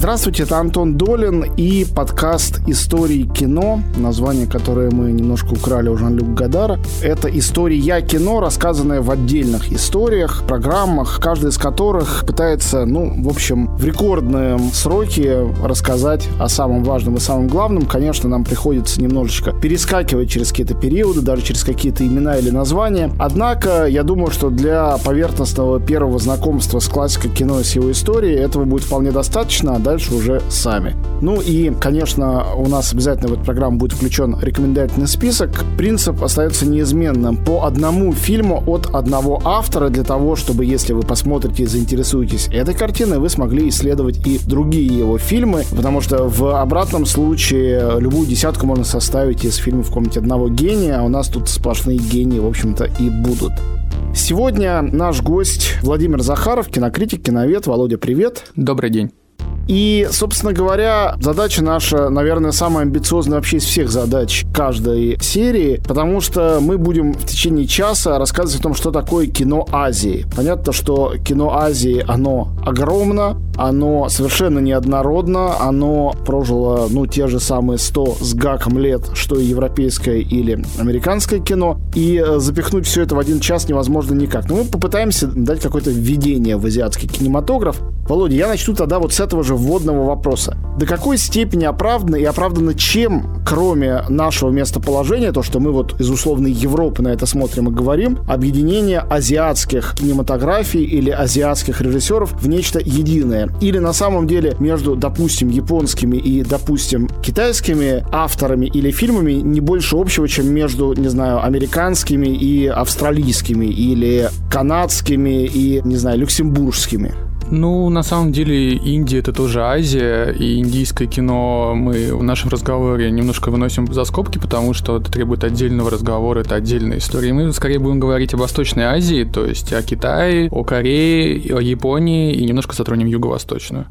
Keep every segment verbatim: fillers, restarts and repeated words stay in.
Здравствуйте, это Антон Долин и подкаст «Истории кино», название, которое мы немножко украли у Жан-Люка Годара. Это «История кино», рассказанная в отдельных историях, программах, каждая из которых пытается, ну, в общем, в рекордные сроки рассказать о самом важном и самом главном. Конечно, нам приходится немножечко перескакивать через какие-то периоды, даже через какие-то имена или названия. Однако, я думаю, что для поверхностного первого знакомства с классикой кино и с его историей этого будет вполне достаточно, а дальше уже сами. Ну и, конечно, у нас обязательно в эту программу будет включен рекомендательный список. Принцип остается неизменным. По одному фильму от одного автора, для того, чтобы, если вы посмотрите и заинтересуетесь этой картиной, вы смогли исследовать и другие его фильмы, потому что в обратном случае любую десятку можно составить из фильмов в комнате одного гения, а у нас тут сплошные гении, в общем-то, и будут. Сегодня наш гость Владимир Захаров, кинокритик, киновед. Володя, привет. Добрый день. И, собственно говоря, задача наша, наверное, самая амбициозная вообще из всех задач каждой серии, потому что мы будем в течение часа рассказывать о том, что такое кино Азии. Понятно, что кино Азии, оно огромно, оно совершенно неоднородно, оно прожило, ну, те же самые сто с гаком лет, что и европейское или американское кино, и запихнуть все это в один час невозможно никак. Но мы попытаемся дать какое-то введение в азиатский кинематограф. Володя, я начну тогда вот с этого же вводного вопроса. До какой степени оправдано и оправдано чем, кроме нашего местоположения, то, что мы вот из условной Европы на это смотрим и говорим, объединение азиатских кинематографий или азиатских режиссеров в нечто единое? Или на самом деле между, допустим, японскими и, допустим, китайскими авторами или фильмами не больше общего, чем между, не знаю, американскими и австралийскими, или канадскими и, не знаю, люксембургскими? Ну, на самом деле, Индия — это тоже Азия, и индийское кино мы в нашем разговоре немножко выносим за скобки, потому что это требует отдельного разговора, это отдельная история. Мы скорее будем говорить о Восточной Азии, то есть о Китае, о Корее, о Японии, и немножко затронем Юго-Восточную.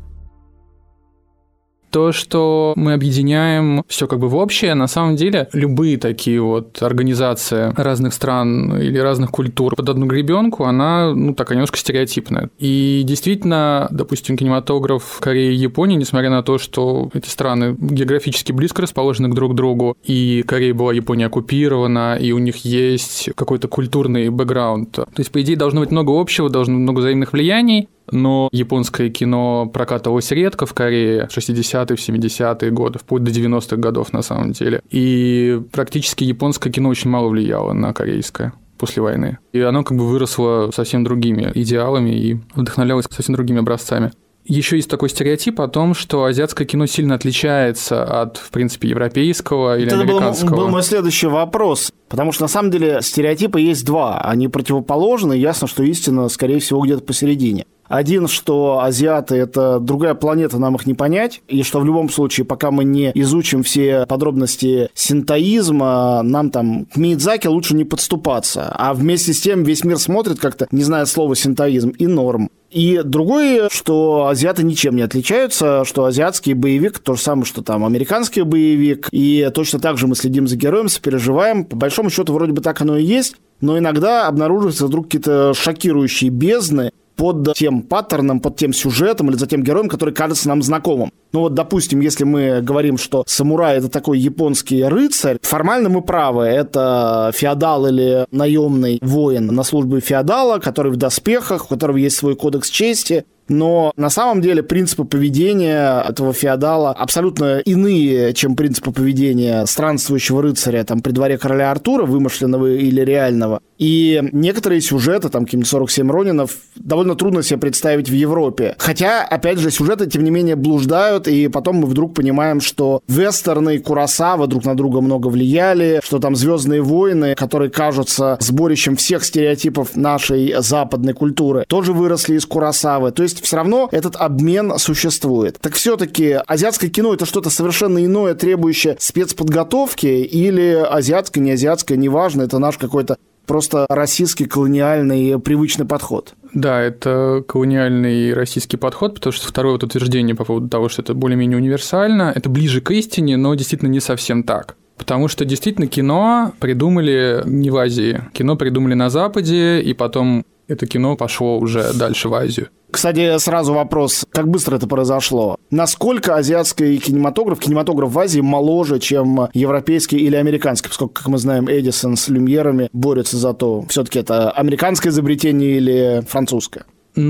То, что мы объединяем все как бы в общее, на самом деле любые такие вот организации разных стран или разных культур под одну гребенку, она, ну, такая немножко стереотипная. И действительно, допустим, кинематограф Кореи и Японии, несмотря на то, что эти страны географически близко расположены друг к другу, и Корея была Японией оккупирована, и у них есть какой-то культурный бэкграунд. То есть, по идее, должно быть много общего, должно быть много взаимных влияний, но японское кино прокатывалось редко в Корее в шестидесятые, в семидесятые годы, вплоть до девяностых годов на самом деле. И практически японское кино очень мало влияло на корейское после войны. И оно как бы выросло совсем другими идеалами и вдохновлялось совсем другими образцами. Еще есть такой стереотип о том, что азиатское кино сильно отличается от, в принципе, европейского или это американского. Это был, был мой следующий вопрос. Потому что, на самом деле, стереотипы есть два. Они противоположны, и ясно, что истина, скорее всего, где-то посередине. Один, что азиаты – это другая планета, нам их не понять, и что в любом случае, пока мы не изучим все подробности синтоизма, нам там к Миядзаки лучше не подступаться. А вместе с тем весь мир смотрит как-то, не зная слова синтоизм, и норм. И другое, что азиаты ничем не отличаются, что азиатский боевик то же самое, что там американский боевик, и точно так же мы следим за героем, сопереживаем. По большому счету, вроде бы так оно и есть, но иногда обнаруживаются вдруг какие-то шокирующие бездны под тем паттерном, под тем сюжетом или за тем героем, который кажется нам знакомым. Ну вот, допустим, если мы говорим, что самурай – это такой японский рыцарь, формально мы правы, это феодал или наемный воин на службе феодала, который в доспехах, у которого есть свой кодекс чести. Но на самом деле принципы поведения этого феодала абсолютно иные, чем принципы поведения странствующего рыцаря там, при дворе короля Артура, вымышленного или реального. И некоторые сюжеты, там, какие-нибудь сорок семь Ронинов, довольно трудно себе представить в Европе. Хотя, опять же, сюжеты, тем не менее, блуждают, и потом мы вдруг понимаем, что вестерны и Куросава друг на друга много влияли, что там «Звездные войны», которые кажутся сборищем всех стереотипов нашей западной культуры, тоже выросли из Куросавы. То есть все равно этот обмен существует. Так все-таки азиатское кино — это что-то совершенно иное, требующее спецподготовки, или азиатское, не азиатское, неважно, это наш какой-то просто российский колониальный привычный подход? Да, это колониальный российский подход, потому что второе вот утверждение по поводу того, что это более-менее универсально, это ближе к истине, но действительно не совсем так. Потому что действительно кино придумали не в Азии. Кино придумали на Западе, и потом это кино пошло уже дальше в Азию. Кстати, сразу вопрос, как быстро это произошло? Насколько азиатский кинематограф, кинематограф в Азии моложе, чем европейский или американский? Поскольку, как мы знаем, Эдисон с Люмьерами борются за то, все-таки это американское изобретение или французское?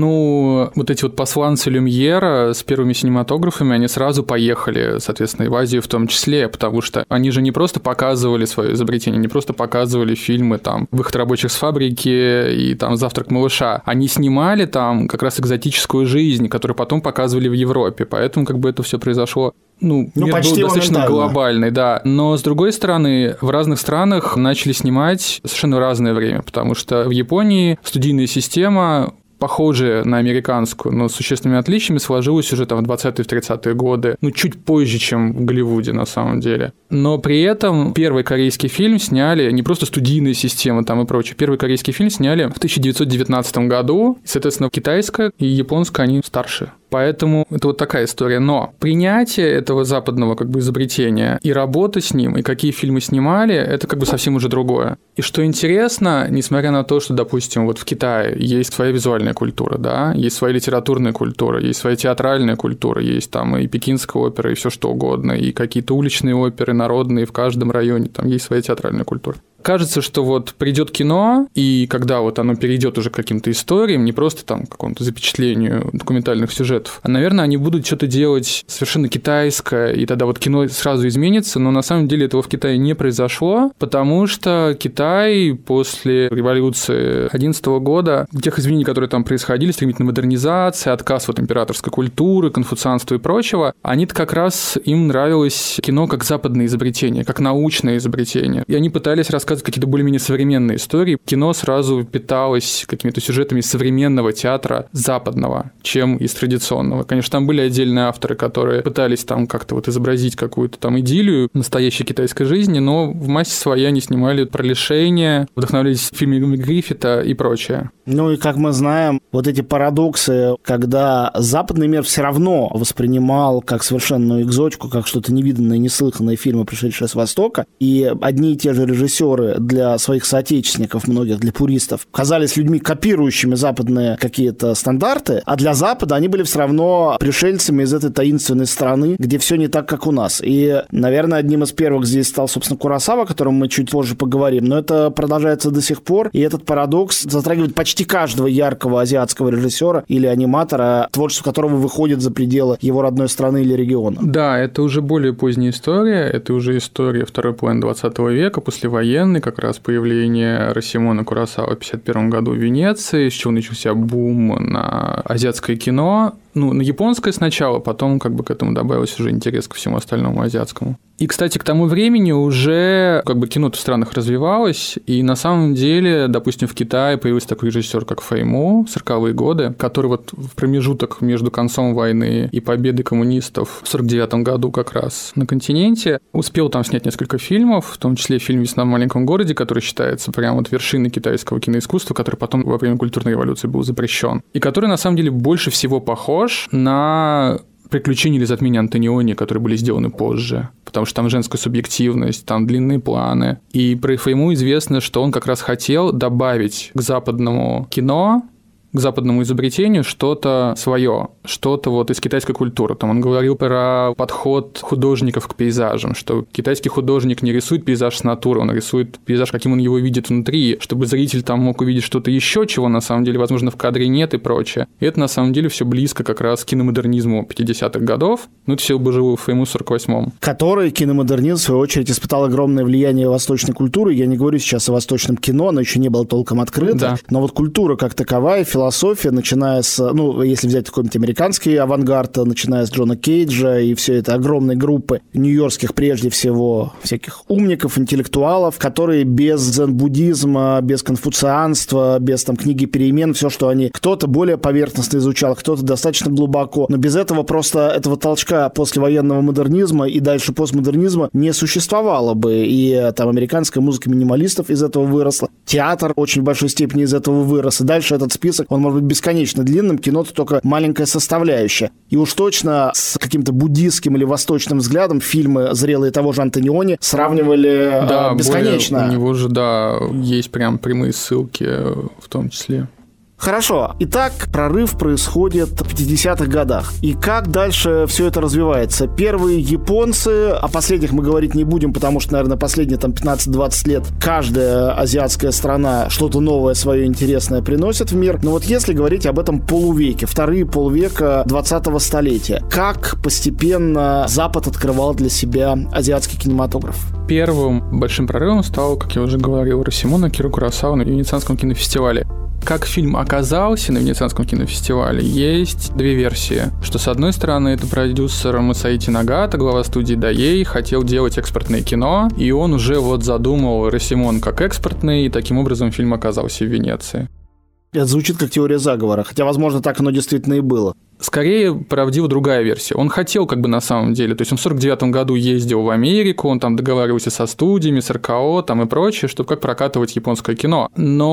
Ну, вот эти вот посланцы Люмьера с первыми синематографами, они сразу поехали, соответственно, и в Азию в том числе, потому что они же не просто показывали свое изобретение, не просто показывали фильмы там «Выход рабочих с фабрики» и там «Завтрак малыша». Они снимали там как раз экзотическую жизнь, которую потом показывали в Европе, поэтому как бы это все произошло. Ну, ну мир почти был достаточно моментально. Глобальный, да. Но, с другой стороны, в разных странах начали снимать совершенно в разное время, потому что в Японии студийная система, похожая на американскую, но с существенными отличиями, сложилась уже там в двадцатые-тридцатые годы, ну, чуть позже, чем в Голливуде, на самом деле. Но при этом первый корейский фильм сняли, не просто студийная система там и прочее, первый корейский фильм сняли в тысяча девятьсот девятнадцатом году, и, соответственно, китайская и японская, они старше. Поэтому это вот такая история. Но принятие этого западного как бы изобретения и работа с ним, и какие фильмы снимали, это как бы совсем уже другое. И что интересно, несмотря на то, что, допустим, вот в Китае есть своя визуальная культура, да, есть своя литературная культура, есть своя театральная культура, есть там и пекинская опера, и все что угодно, и какие-то уличные оперы народные в каждом районе, там есть своя театральная культура. Кажется, что вот придет кино, и когда вот оно перейдет уже к каким-то историям, не просто там к какому-то запечатлению документальных сюжетов, а, наверное, они будут что-то делать совершенно китайское, и тогда вот кино сразу изменится, но на самом деле этого в Китае не произошло, потому что Китай после революции две тысячи одиннадцатого года, тех изменений, которые там происходили, стремительная модернизация, отказ от императорской культуры, конфуцианства и прочего, они-то как раз им нравилось кино как западное изобретение, как научное изобретение, и они пытались рассказывать какие-то более-менее современные истории. Кино сразу питалось какими-то сюжетами из современного театра западного, чем из традиционного. Конечно, там были отдельные авторы, которые пытались там как-то вот изобразить какую-то там идиллию настоящей китайской жизни, но в массе своей они снимали про лишения, вдохновлялись фильмами Гриффита и прочее. Ну и, как мы знаем, вот эти парадоксы, когда западный мир все равно воспринимал как совершенную экзотику, как что-то невиданное, неслыханное фильмы, пришедшие с Востока, и одни и те же режиссеры для своих соотечественников, многих, для пуристов, казались людьми, копирующими западные какие-то стандарты, а для Запада они были все равно пришельцами из этой таинственной страны, где все не так, как у нас. И, наверное, одним из первых здесь стал, собственно, Куросава, о котором мы чуть позже поговорим, но это продолжается до сих пор, и этот парадокс затрагивает почти каждого яркого азиатского режиссера или аниматора, творчество которого выходит за пределы его родной страны или региона. Да, это уже более поздняя история, это уже история второй половины двадцатого века, послевоенной, как раз появление Росимона Куросавы в пятьдесят первом году в Венеции, с чего начался бум на азиатское кино. Ну, на японское сначала, потом как бы к этому добавился уже интерес ко всему остальному азиатскому. И, кстати, к тому времени уже как бы кино в странах развивалось, и на самом деле, допустим, в Китае появился такой режиссер, как Фэй Му, в сороковые годы, который вот в промежуток между концом войны и победой коммунистов в сорок девятом году как раз на континенте успел там снять несколько фильмов, в том числе фильм «Весна в маленьком городе», который считается прям вот вершиной китайского киноискусства, который потом во время культурной революции был запрещен, и который на самом деле больше всего похож на «Приключения или затмение Антониони», которые были сделаны позже, потому что там женская субъективность, там длинные планы. И про Фэй Му известно, что он как раз хотел добавить к западному кино, к западному изобретению что-то свое, что-то вот из китайской культуры. Там он говорил про подход художников к пейзажам, что китайский художник не рисует пейзаж с натуры, он рисует пейзаж, каким он его видит внутри, чтобы зритель там мог увидеть что-то еще, чего на самом деле, возможно, в кадре нет и прочее. И это на самом деле все близко как раз к киномодернизму пятидесятых годов. Ну, это все бы жило в Фэй Му в сорок восьмом. Который киномодернизм, в свою очередь, испытал огромное влияние восточной культуры. Я не говорю сейчас о восточном кино, оно еще не было толком открыто. Да. Но вот культура как таковая, философия, начиная с, ну, если взять какой-нибудь американский авангард, начиная с Джона Кейджа и все это огромной группы нью-йоркских, прежде всего, всяких умников, интеллектуалов, которые без дзен-буддизма, без конфуцианства, без там книги перемен, все, что они, кто-то более поверхностно изучал, кто-то достаточно глубоко, но без этого просто этого толчка послевоенного модернизма и дальше постмодернизма не существовало бы, и там американская музыка минималистов из этого выросла, театр очень в большой степени из этого вырос, и дальше этот список, он может быть бесконечно длинным, кино-то только маленькая составляющая. И уж точно с каким-то буддистским или восточным взглядом фильмы зрелые того же Антониони сравнивали да, бесконечно. Более, у него же, да, есть прям прямые ссылки в том числе. Хорошо. Итак, прорыв происходит в пятидесятых годах. И как дальше все это развивается? Первые японцы, о последних мы говорить не будем, потому что, наверное, последние там пятнадцать-двадцать лет каждая азиатская страна что-то новое, свое интересное приносит в мир. Но вот если говорить об этом полувеке, вторые полвека двадцатого столетия, как постепенно Запад открывал для себя азиатский кинематограф? Первым большим прорывом стал, как я уже говорил, Росимон Акира Куросава на Венецианском кинофестивале. Как фильм оказался на Венецианском кинофестивале, есть две версии. Что, с одной стороны, это продюсер Масаити Нагата, глава студии Daiei, хотел делать экспортное кино, и он уже вот задумал Росимон как экспортный, и таким образом фильм оказался в Венеции. Это звучит как теория заговора, хотя, возможно, так оно действительно и было. Скорее, правдива другая версия. Он хотел как бы на самом деле, то есть он в сорок девятом году ездил в Америку, он там договаривался со студиями, с эр ка о там и прочее, чтобы как прокатывать японское кино.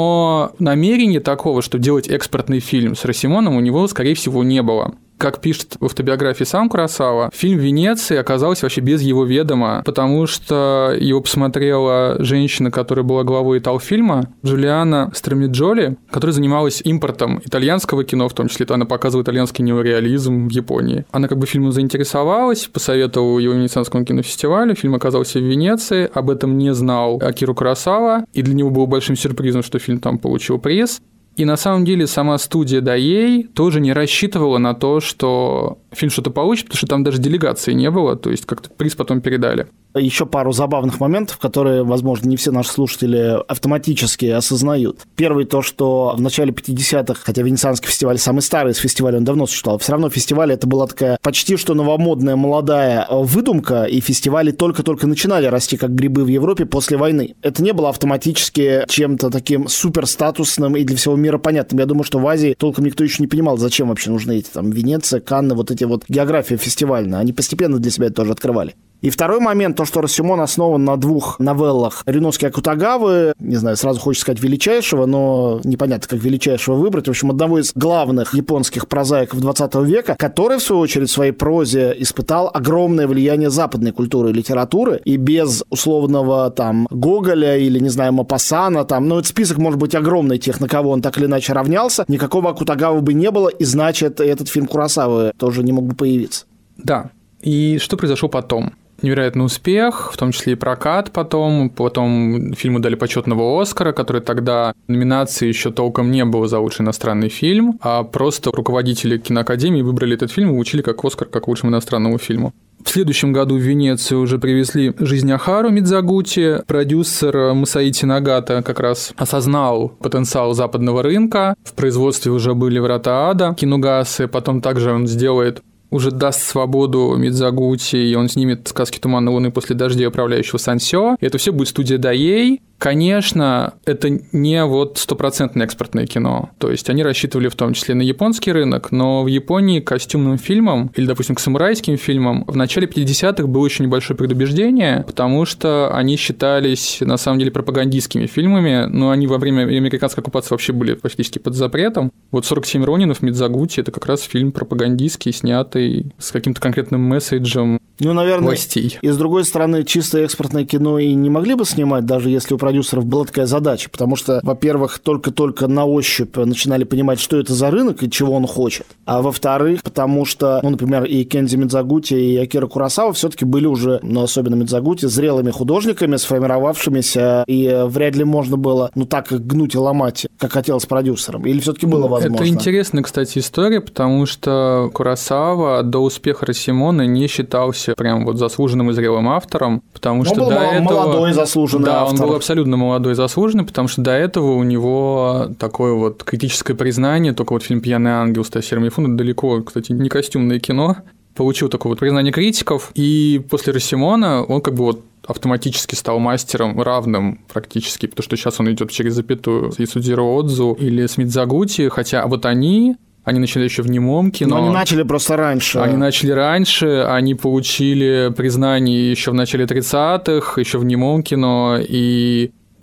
Но намерения такого, что делать экспортный фильм с Росимоном, у него, скорее всего, не было. Как пишет в автобиографии сам Куросава, фильм в Венеции оказался вообще без его ведома, потому что его посмотрела женщина, которая была главой Италфильма, Джулиана Страмиджоли, которая занималась импортом итальянского кино, в том числе она показывала итальянский неореализм в Японии. Она как бы фильмом заинтересовалась, посоветовала его Венецианскому кинофестивалю, фильм оказался в Венеции, об этом не знал Акира Куросава, и для него было большим сюрпризом, что фильм там получил приз. И на самом деле сама студия Daiei тоже не рассчитывала на то, что фильм что-то получит, потому что там даже делегации не было, то есть как-то приз потом передали. Еще пару забавных моментов, которые, возможно, не все наши слушатели автоматически осознают. Первый то, что в начале пятидесятых, хотя Венецианский фестиваль самый старый из фестивалей, он давно существовал, все равно фестиваль это была такая почти что новомодная молодая выдумка, и фестивали только-только начинали расти как грибы в Европе после войны. Это не было автоматически чем-то таким суперстатусным и для всего мира понятным. Я думаю, что в Азии толком никто еще не понимал, зачем вообще нужны эти там Венеция, Канны, вот эти вот география фестивальная. Они постепенно для себя это тоже открывали. И второй момент, то, что Росимон основан на двух новеллах Рюноски Акутагавы, не знаю, сразу хочется сказать величайшего, но непонятно, как величайшего выбрать, в общем, одного из главных японских прозаиков двадцатого века, который, в свою очередь, в своей прозе испытал огромное влияние западной культуры и литературы, и без условного там Гоголя или, не знаю, Мапассана, там, ну, этот список может быть огромный тех, на кого он так или иначе равнялся, никакого Акутагавы бы не было, и значит, этот фильм Куросавы тоже не мог бы появиться. Да. И что произошло потом? Невероятный успех, в том числе и прокат потом. Потом фильму дали почетного Оскара, который тогда номинации еще толком не было за лучший иностранный фильм, а просто руководители киноакадемии выбрали этот фильм и получили как Оскар, как лучшему иностранному фильму. В следующем году в Венецию уже привезли «Жизнь Ахару» Мидзагути. Продюсер Масаити Нагата как раз осознал потенциал западного рынка. В производстве уже были «Врата ада» Кинугасы. Потом также он сделает уже даст свободу Мидзагути, и он снимет «Сказки туманной луны после дождей» управляющего Сансё. И это все будет студия Daiei. Конечно, это не вот стопроцентное экспортное кино. То есть они рассчитывали в том числе на японский рынок, но в Японии к костюмным фильмам или, допустим, к самурайским фильмам в начале пятидесятых было еще небольшое предубеждение, потому что они считались, на самом деле, пропагандистскими фильмами, но они во время американской оккупации вообще были практически под запретом. Вот «сорок семь ронинов» Мидзагути – это как раз фильм пропагандистский, снятый с каким-то конкретным месседжем. Ну, наверное, властей. И с другой стороны, чисто экспортное кино и не могли бы снимать, даже если у продюсеров была такая задача, потому что, во-первых, только-только на ощупь начинали понимать, что это за рынок и чего он хочет, а во-вторых, потому что, ну, например, и Кензи Мидзагути, и Акира Куросава все-таки были уже, ну, особенно Мидзагути, зрелыми художниками, сформировавшимися, и вряд ли можно было, ну, так их гнуть и ломать, как хотелось продюсерам, или все-таки было возможно? Это интересная, кстати, история, потому что Куросава до успеха Росимона не считался прям вот заслуженным и зрелым автором, потому что он был до этого... молодой заслуженный да, автор. Да, он был абсолютно молодой и заслуженный, потому что до этого у него такое вот критическое признание, только вот фильм «Пьяный ангел» с Тайсиро Мифуна, далеко, кстати, не костюмное кино, получил такое вот признание критиков, и после Росимона он как бы вот автоматически стал мастером равным практически, потому что сейчас он идет через запятую с Ясудзиро Одзу или с Мидзагути, хотя вот они... Они начали еще в немом кино. Но они начали просто раньше. Они начали раньше, они получили признание еще в начале тридцатых, еще в немом кино, и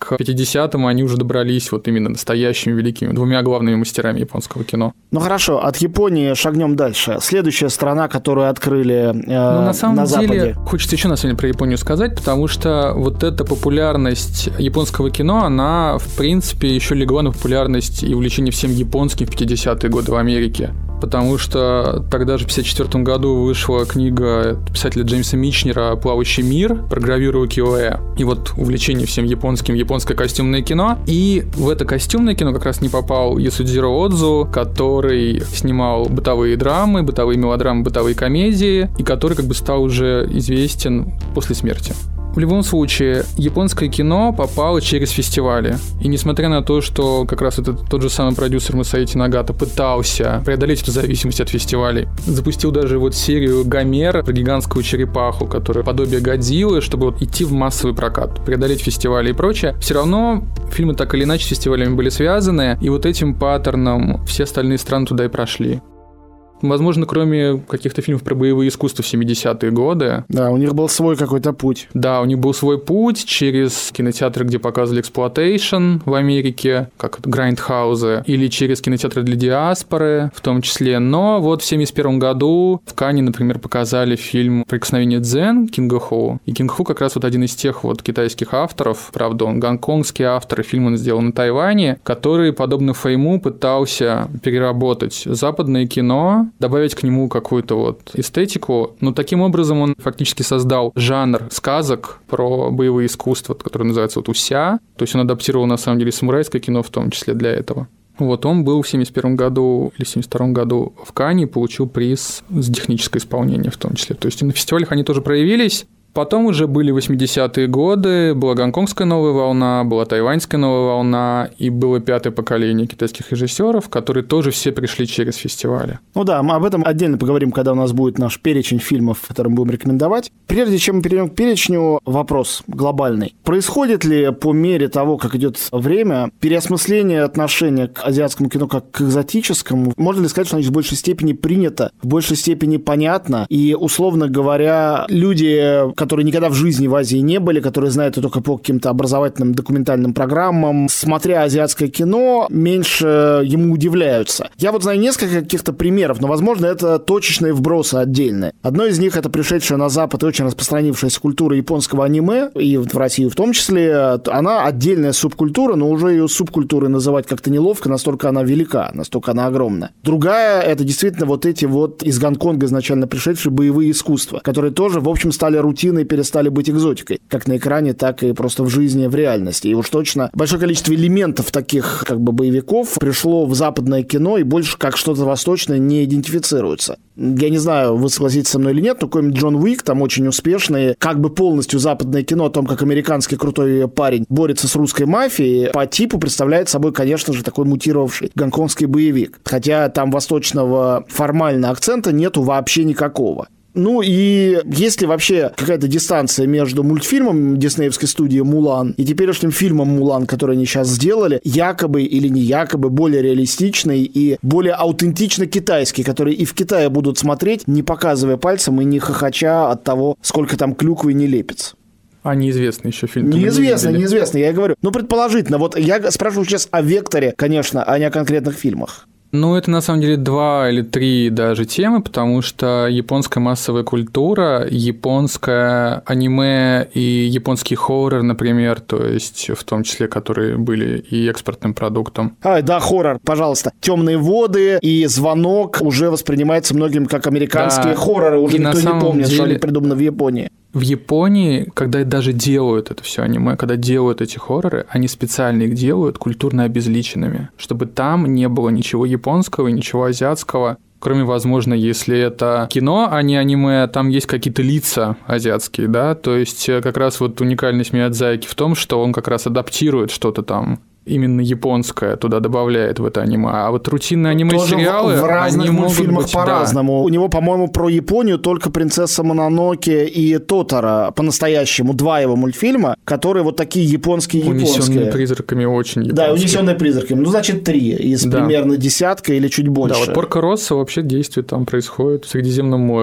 к пятидесятым они уже добрались вот именно настоящими великими, двумя главными мастерами японского кино. Ну хорошо, от Японии шагнем дальше. Следующая страна, которую открыли э, ну, на, самом на деле, Западе. Хочется еще на самом деле про Японию сказать, потому что вот эта популярность японского кино, она, в принципе, еще легла на популярность и увлечение всем японским в пятидесятые годы в Америке. Потому что тогда же в пятьдесят четвёртом году вышла книга писателя Джеймса Мичнера «Плавающий мир» про гравюру укиё-э. И вот увлечение всем японским, японское костюмное кино. И в это костюмное кино как раз не попал Ясудзиро Одзу, который снимал бытовые драмы, бытовые мелодрамы, бытовые комедии, и который как бы стал уже известен после смерти. В любом случае, японское кино попало через фестивали. И несмотря на то, что как раз этот тот же самый продюсер Масаити Нагата пытался преодолеть эту зависимость от фестивалей, запустил даже вот серию «Гомер» про гигантскую черепаху, которая подобие Годзиллы, чтобы вот идти в массовый прокат, преодолеть фестивали и прочее, все равно фильмы так или иначе с фестивалями были связаны, и вот этим паттерном все остальные страны туда и прошли. Возможно, кроме каких-то фильмов про боевые искусства в семидесятые годы. Да, у них был свой какой-то путь. Да, у них был свой путь через кинотеатры, где показывали эксплуатейшн в Америке, как Грайндхаузы, или через кинотеатры для диаспоры в том числе. Но вот в семьдесят первом году в Канне, например, показали фильм «Прикосновение дзен» Кинга Хо. И Кинг Хо как раз вот один из тех вот китайских авторов, правда, он гонконгский автор, и фильм он сделал на Тайване, который, подобно Фэйму, пытался переработать западное кино, добавить к нему какую-то вот эстетику, но таким образом он фактически создал жанр сказок про боевые искусства, который называется вот «Уся», то есть он адаптировал на самом деле самурайское кино в том числе для этого. Вот он был в семьдесят первом году или семьдесят втором году в Канне и получил приз за техническое исполнение в том числе. То есть на фестивалях они тоже проявились. Потом уже были восьмидесятые годы, была гонконгская новая волна, была тайваньская новая волна, и было пятое поколение китайских режиссеров, которые тоже все пришли через фестивали. Ну да, мы об этом отдельно поговорим, когда у нас будет наш перечень фильмов, который мы будем рекомендовать. Прежде чем мы перейдем к перечню, вопрос глобальный. Происходит ли по мере того, как идет время, переосмысление отношения к азиатскому кино как к экзотическому? Можно ли сказать, что оно в большей степени принято, в большей степени понятно, и, условно говоря, люди, которые никогда в жизни в Азии не были, которые знают это только по каким-то образовательным документальным программам, смотря азиатское кино, меньше ему удивляются. Я вот знаю несколько каких-то примеров, но, возможно, это точечные вбросы отдельные. Одно из них — это пришедшая на Запад и очень распространившаяся культура японского аниме, и в России в том числе. Она отдельная субкультура, но уже ее субкультурой называть как-то неловко, настолько она велика, настолько она огромна. Другая — это действительно вот эти вот из Гонконга изначально пришедшие боевые искусства, которые тоже, в общем, стали рутиной и перестали быть экзотикой, как на экране, так и просто в жизни, в реальности. И уж точно большое количество элементов таких как бы боевиков пришло в западное кино и больше как что-то восточное не идентифицируется. Я не знаю, вы согласитесь со мной или нет, но какой-нибудь Джон Уик там очень успешный, как бы полностью западное кино о том, как американский крутой парень борется с русской мафией, по типу представляет собой, конечно же, такой мутировавший гонконгский боевик. Хотя там восточного формально акцента нету вообще никакого. Ну и есть ли вообще какая-то дистанция между мультфильмом диснеевской студии «Мулан» и теперешним фильмом «Мулан», который они сейчас сделали, якобы или не якобы более реалистичный и более аутентично китайский, который и в Китае будут смотреть, не показывая пальцем и не хохоча от того, сколько там клюквы не лепится? А неизвестный еще фильм. Неизвестно, не неизвестно, я и говорю. Ну, предположительно, вот я спрашиваю сейчас о векторе, конечно, а не о конкретных фильмах. Ну, это на самом деле два или три даже темы, потому что японская массовая культура, японское аниме и японский хоррор, например, то есть в том числе, которые были и экспортным продуктом. А, да, хоррор, пожалуйста. «Темные воды» и «Звонок» уже воспринимаются многими как американские да. хорроры, уже и никто не помнит, деле... что они придуманы в Японии. В Японии, когда даже делают это все аниме, когда делают эти хорроры, они специально их делают культурно обезличенными, чтобы там не было ничего японского и ничего азиатского. Кроме, возможно, если это кино, а не аниме, там есть какие-то лица азиатские, да, то есть как раз вот уникальность Миядзаки в том, что он как раз адаптирует что-то там именно японское туда добавляет в это аниме. А вот рутинные аниме-сериалы, в, в разных они мультфильмах могут быть, по-разному. Да. У него, по-моему, про Японию только «Принцесса Мононоке» и «Тотора» по-настоящему. Два его мультфильма, которые вот такие японские-японские. «Унесённые призраками» очень японские. Да, «Унесённые призраками». Ну, значит, три из да. примерно десятка или чуть больше. Да, вот «Порко Россо» вообще действие там происходит в Средиземном море.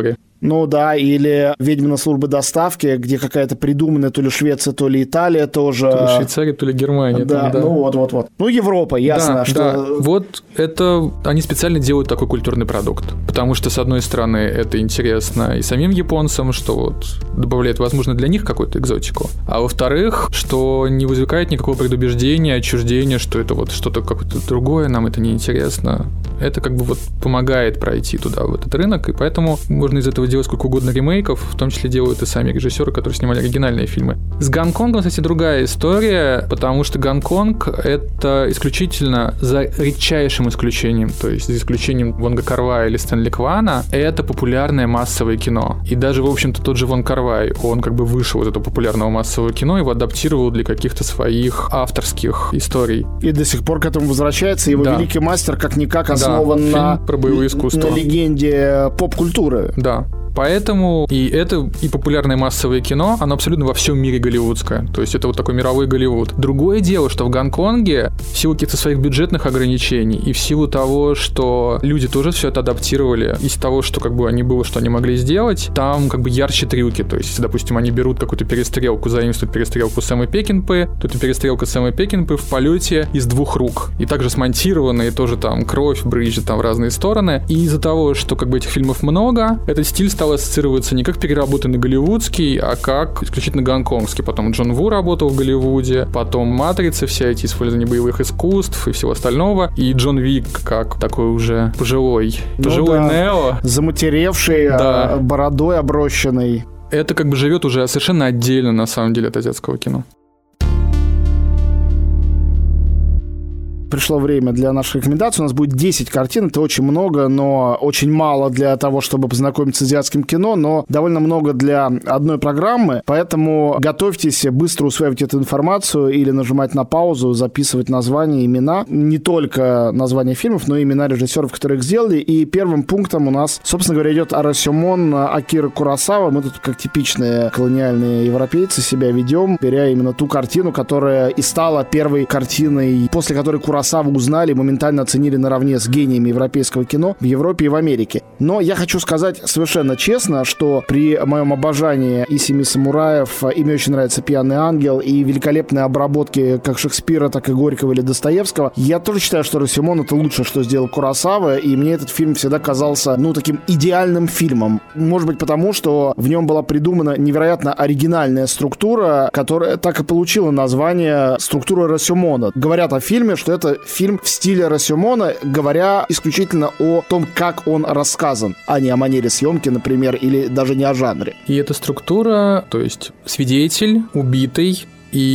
Ну да, или «Ведьмина служба доставки», где какая-то придуманная то ли Швеция, то ли Италия тоже. То ли Швейцария, то ли Германия. Да, там, да. ну вот-вот-вот. Ну, Европа, ясно, да, что... Да. Вот это... Они специально делают такой культурный продукт. Потому что, с одной стороны, это интересно и самим японцам, что вот добавляет, возможно, для них какую-то экзотику. А во-вторых, что не вызывает никакого предубеждения, отчуждения, что это вот что-то какое-то другое, нам это неинтересно. Это как бы вот помогает пройти туда, в этот рынок, и поэтому можно из этого делать сколько угодно ремейков, в том числе делают и сами режиссеры, которые снимали оригинальные фильмы. С Гонконгом, кстати, другая история, потому что Гонконг — это исключительно, за редчайшим исключением, то есть за исключением Вонга Кар-вая или Стэнли Квана, это популярное массовое кино. И даже, в общем-то, тот же Вонг Кар-вай, он как бы вышел из этого популярного массового кино, его адаптировал для каких-то своих авторских историй. И до сих пор к этому возвращается. Его да. великий мастер как-никак основан да, на, про боевое искусство. на легенде поп-культуры. Да. Поэтому и это, и популярное массовое кино, оно абсолютно во всем мире голливудское. То есть это вот такой мировой Голливуд. Другое дело, что в Гонконге в силу каких-то своих бюджетных ограничений и в силу того, что люди тоже все это адаптировали, из того, что как бы они было, что они могли сделать, там как бы ярче трюки. То есть, если, допустим, они берут какую-то перестрелку, заимствуют перестрелку Сэма Пекинпы, то это перестрелка Сэма Пекинпы в полете из двух рук. И также смонтированные тоже там кровь брызжет там в разные стороны. И из-за того, что как бы этих фильмов много, этот стиль стал ассоциироваться не как переработанный голливудский, а как исключительно гонконгский. Потом Джон Ву работал в Голливуде, потом «Матрица», вся эти использования боевых искусств и всего остального, и Джон Вик как такой уже пожилой, ну пожилой да. Нео. Заматеревший, да. бородой оброщенный. Это как бы живет уже совершенно отдельно, на самом деле, от азиатского кино. Пришло время для наших рекомендаций. У нас будет десять картин. Это очень много, но очень мало для того, чтобы познакомиться с азиатским кино, но довольно много для одной программы. Поэтому готовьтесь быстро усваивать эту информацию или нажимать на паузу, записывать названия, имена. Не только названия фильмов, но и имена режиссеров, которые их сделали. И первым пунктом у нас, собственно говоря, идет Арасюмон Акиры Куросава. Мы тут как типичные колониальные европейцы себя ведем, беря именно ту картину, которая и стала первой картиной, после которой Куросава узнали, моментально оценили наравне с гениями европейского кино в Европе и в Америке. Но я хочу сказать совершенно честно, что при моем обожании и «Семи самураев», и мне очень нравится «Пьяный ангел», и великолепные обработки как Шекспира, так и Горького или Достоевского, я тоже считаю, что «Арасюмон» — это лучшее, что сделал Куросава, и мне этот фильм всегда казался, ну, таким идеальным фильмом. Может быть, потому что в нем была придумана невероятно оригинальная структура, которая так и получила название «Структура Арасюмона». Говорят о фильме, что это фильм в стиле Арасюмона, говоря исключительно о том, как он рассказан, а не о манере съемки, например, или даже не о жанре. И эта структура, то есть свидетель, убитый,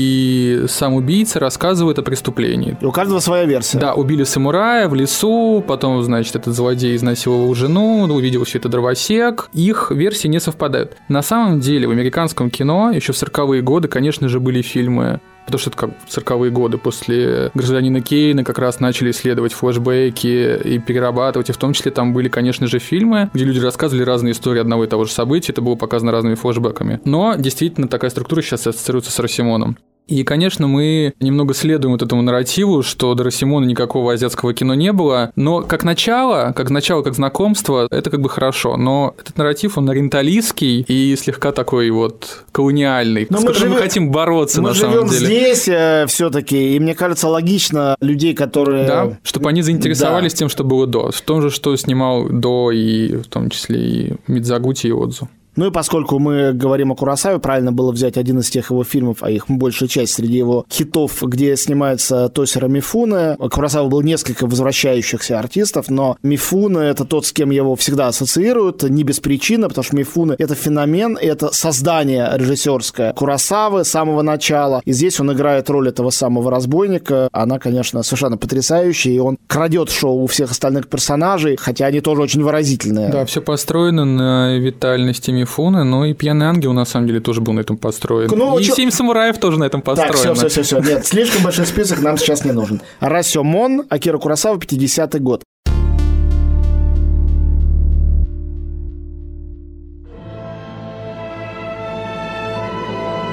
и сам убийца рассказывает о преступлении. И у каждого своя версия. Да, убили самурая в лесу, потом, значит, этот злодей изнасиловал жену, увидел все это дровосек. Их версии не совпадают. На самом деле в американском кино еще в сороковые годы, конечно же, были фильмы, потому что это как в сороковые годы после «Гражданина Кейна» как раз начали исследовать флешбеки и перерабатывать, и в том числе там были, конечно же, фильмы, где люди рассказывали разные истории одного и того же события, это было показано разными флешбеками. Но действительно такая структура сейчас ассоциируется с Арасюмоном. И, конечно, мы немного следуем вот этому нарративу, что до Арасюмона никакого азиатского кино не было, но как начало, как начало, как знакомство, это как бы хорошо, но этот нарратив, он ориенталистский и слегка такой вот колониальный, но с которым живем, мы хотим бороться на самом деле. Мы живем здесь э, все-таки, и мне кажется, логично людей, которые... Да, чтобы они заинтересовались да. тем, что было до, в том же, что снимал до, и в том числе и Мидзагути и Одзу. Ну и поскольку мы говорим о Куросаве, правильно было взять один из тех его фильмов, а их большая часть среди его хитов, где снимается Тосиро Мифуне. У Куросавы было несколько возвращающихся артистов, но Мифуне — это тот, с кем его всегда ассоциируют, не без причины, потому что Мифуне — это феномен, это создание режиссерское Куросавы с самого начала. И здесь он играет роль этого самого разбойника. Она, конечно, совершенно потрясающая, и он крадет шоу у всех остальных персонажей, хотя они тоже очень выразительные. Да, все построено на витальности Мифуне. Мифуне, но и «Пьяный ангел» на самом деле тоже был на этом построен. Ну, и чё... «Семь самураев» тоже на этом построен. Так, все, все, все, все. Нет, слишком большой список нам сейчас не нужен. Арасюмон, Акира Куросава, пятидесятый год.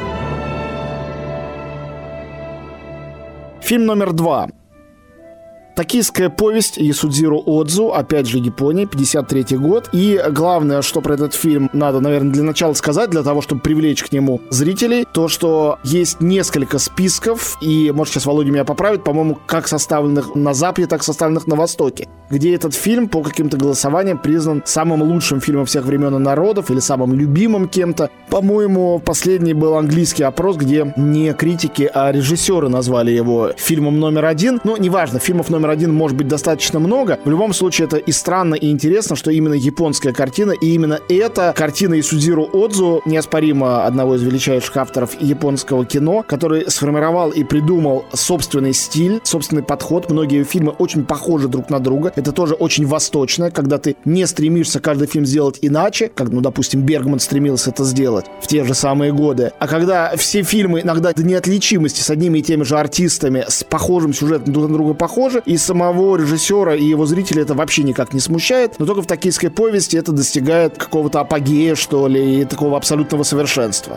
Фильм номер два. Токийская повесть Ясудзиро Одзу, опять же Япония, пятьдесят третий год. И главное, что про этот фильм надо, наверное, для начала сказать, для того, чтобы привлечь к нему зрителей, то, что есть несколько списков, и, может, сейчас Володя меня поправит, по-моему, как составленных на Западе, так составленных на Востоке, где этот фильм по каким-то голосованиям признан самым лучшим фильмом всех времен и народов или самым любимым кем-то. По-моему, последний был английский опрос, где не критики, а режиссеры назвали его фильмом номер один. Ну, неважно, фильмов номер один может быть достаточно много. В любом случае, это и странно, и интересно, что именно японская картина, и именно эта картина Ясудзиро Одзу, неоспоримо одного из величайших авторов японского кино, который сформировал и придумал собственный стиль, собственный подход. Многие фильмы очень похожи друг на друга. Это тоже очень восточное, когда ты не стремишься каждый фильм сделать иначе, как, ну, допустим, Бергман стремился это сделать в те же самые годы. А когда все фильмы иногда до неотличимости с одними и теми же артистами, с похожим сюжетом друг на друга похожи, и самого режиссера и его зрителей это вообще никак не смущает, но только в токийской повести это достигает какого-то апогея, что ли, и такого абсолютного совершенства.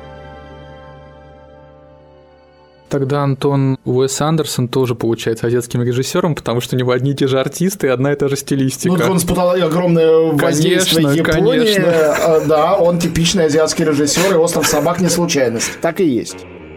Тогда, Антон, Уэс Андерсон тоже получается азиатским режиссером, потому что у него одни и те же артисты и одна и та же стилистика. Ну, он испытал огромное воздействие конечно, Японии. Конечно. Да, он типичный азиатский режиссер, и «Остров собак» не случайность. Так и есть.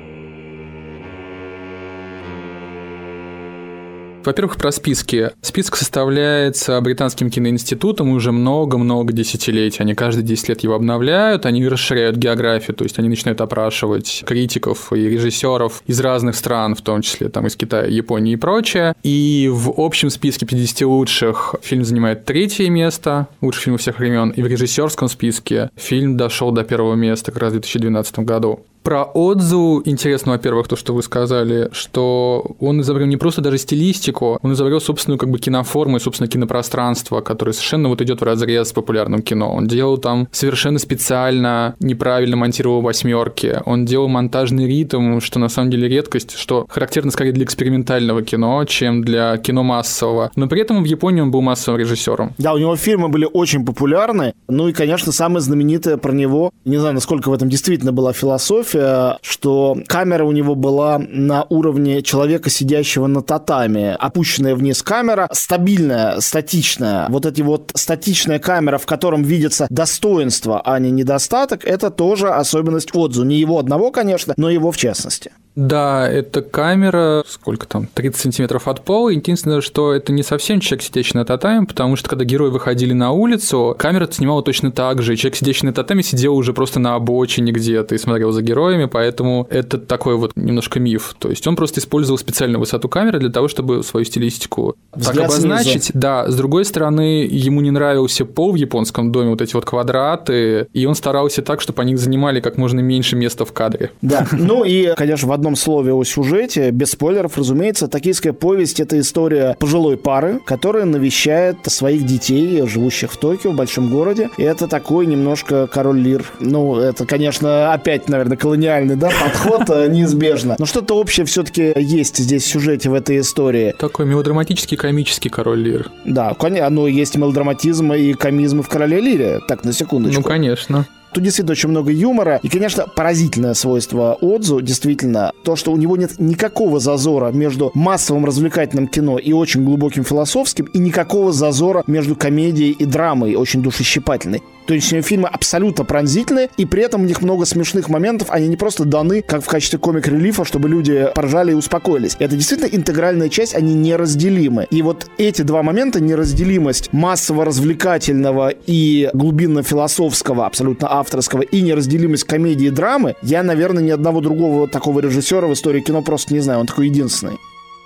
Во-первых, про списки. Список составляется Британским киноинститутом уже много-много десятилетий. Они каждые десять лет его обновляют, они расширяют географию, то есть они начинают опрашивать критиков и режиссеров из разных стран, в том числе там, из Китая, Японии и прочее. И в общем списке пятидесяти лучших фильм занимает третье место, лучший фильм всех времен, и в режиссерском списке фильм дошел до первого места как раз в две тысячи двенадцатом году. Про Одзу интересно, во-первых, то, что вы сказали, что он изобрел не просто даже стилистику, он изобрел собственную как бы киноформу и собственное кинопространство, которое совершенно вот идет вразрез с популярным кино. Он делал там совершенно специально неправильно монтировал восьмерки, он делал монтажный ритм, что на самом деле редкость, что характерно скорее для экспериментального кино, чем для кино массового. Но при этом в Японии он был массовым режиссером. Да, у него фильмы были очень популярны. Ну и, конечно, самое знаменитое про него, не знаю, насколько в этом действительно была философия, что камера у него была на уровне человека, сидящего на татами. Опущенная вниз камера, стабильная, статичная. Вот эти вот статичная камера, в котором видится достоинство, а не недостаток, это тоже особенность Одзу. Не его одного, конечно, но его в частности. Да, это камера, сколько там, тридцать сантиметров от пола. Единственное, что это не совсем человек, сидящий на татами, потому что когда герои выходили на улицу, камера снимала точно так же. И человек, сидящий на татами, сидел уже просто на обочине где-то и смотрел за героями, поэтому это такой вот немножко миф. То есть он просто использовал специальную высоту камеры для того, чтобы свою стилистику взгляд так обозначить. Снизу. Да, с другой стороны, ему не нравился пол в японском доме, вот эти вот квадраты, и он старался так, чтобы они занимали как можно меньше места в кадре. Да, ну и, конечно, в одном слове о сюжете, без спойлеров, разумеется, «Токийская повесть» — это история пожилой пары, которая навещает своих детей, живущих в Токио, в большом городе. И это такой немножко король Лир. Ну, это, конечно, опять, наверное, колониальный, да, подход неизбежно. Но что-то общее все-таки есть здесь в сюжете, в этой истории. Такой мелодраматический, комический король Лир. Да, оно есть мелодраматизм и комизм в «Короле Лире». Так, на секундочку. Ну, конечно. Тут действительно очень много юмора. И, конечно, поразительное свойство Одзу, действительно, то, что у него нет никакого зазора между массовым развлекательным кино и очень глубоким философским, и никакого зазора между комедией и драмой, очень душещипательной. То есть фильмы абсолютно пронзительные, и при этом у них много смешных моментов, они не просто даны, как в качестве комик-релифа, чтобы люди поржали и успокоились. Это действительно интегральная часть, они неразделимы. И вот эти два момента, неразделимость массово-развлекательного и глубинно-философского, абсолютно авторского, и неразделимость комедии и драмы, я, наверное, ни одного другого такого режиссера в истории кино просто не знаю, он такой единственный.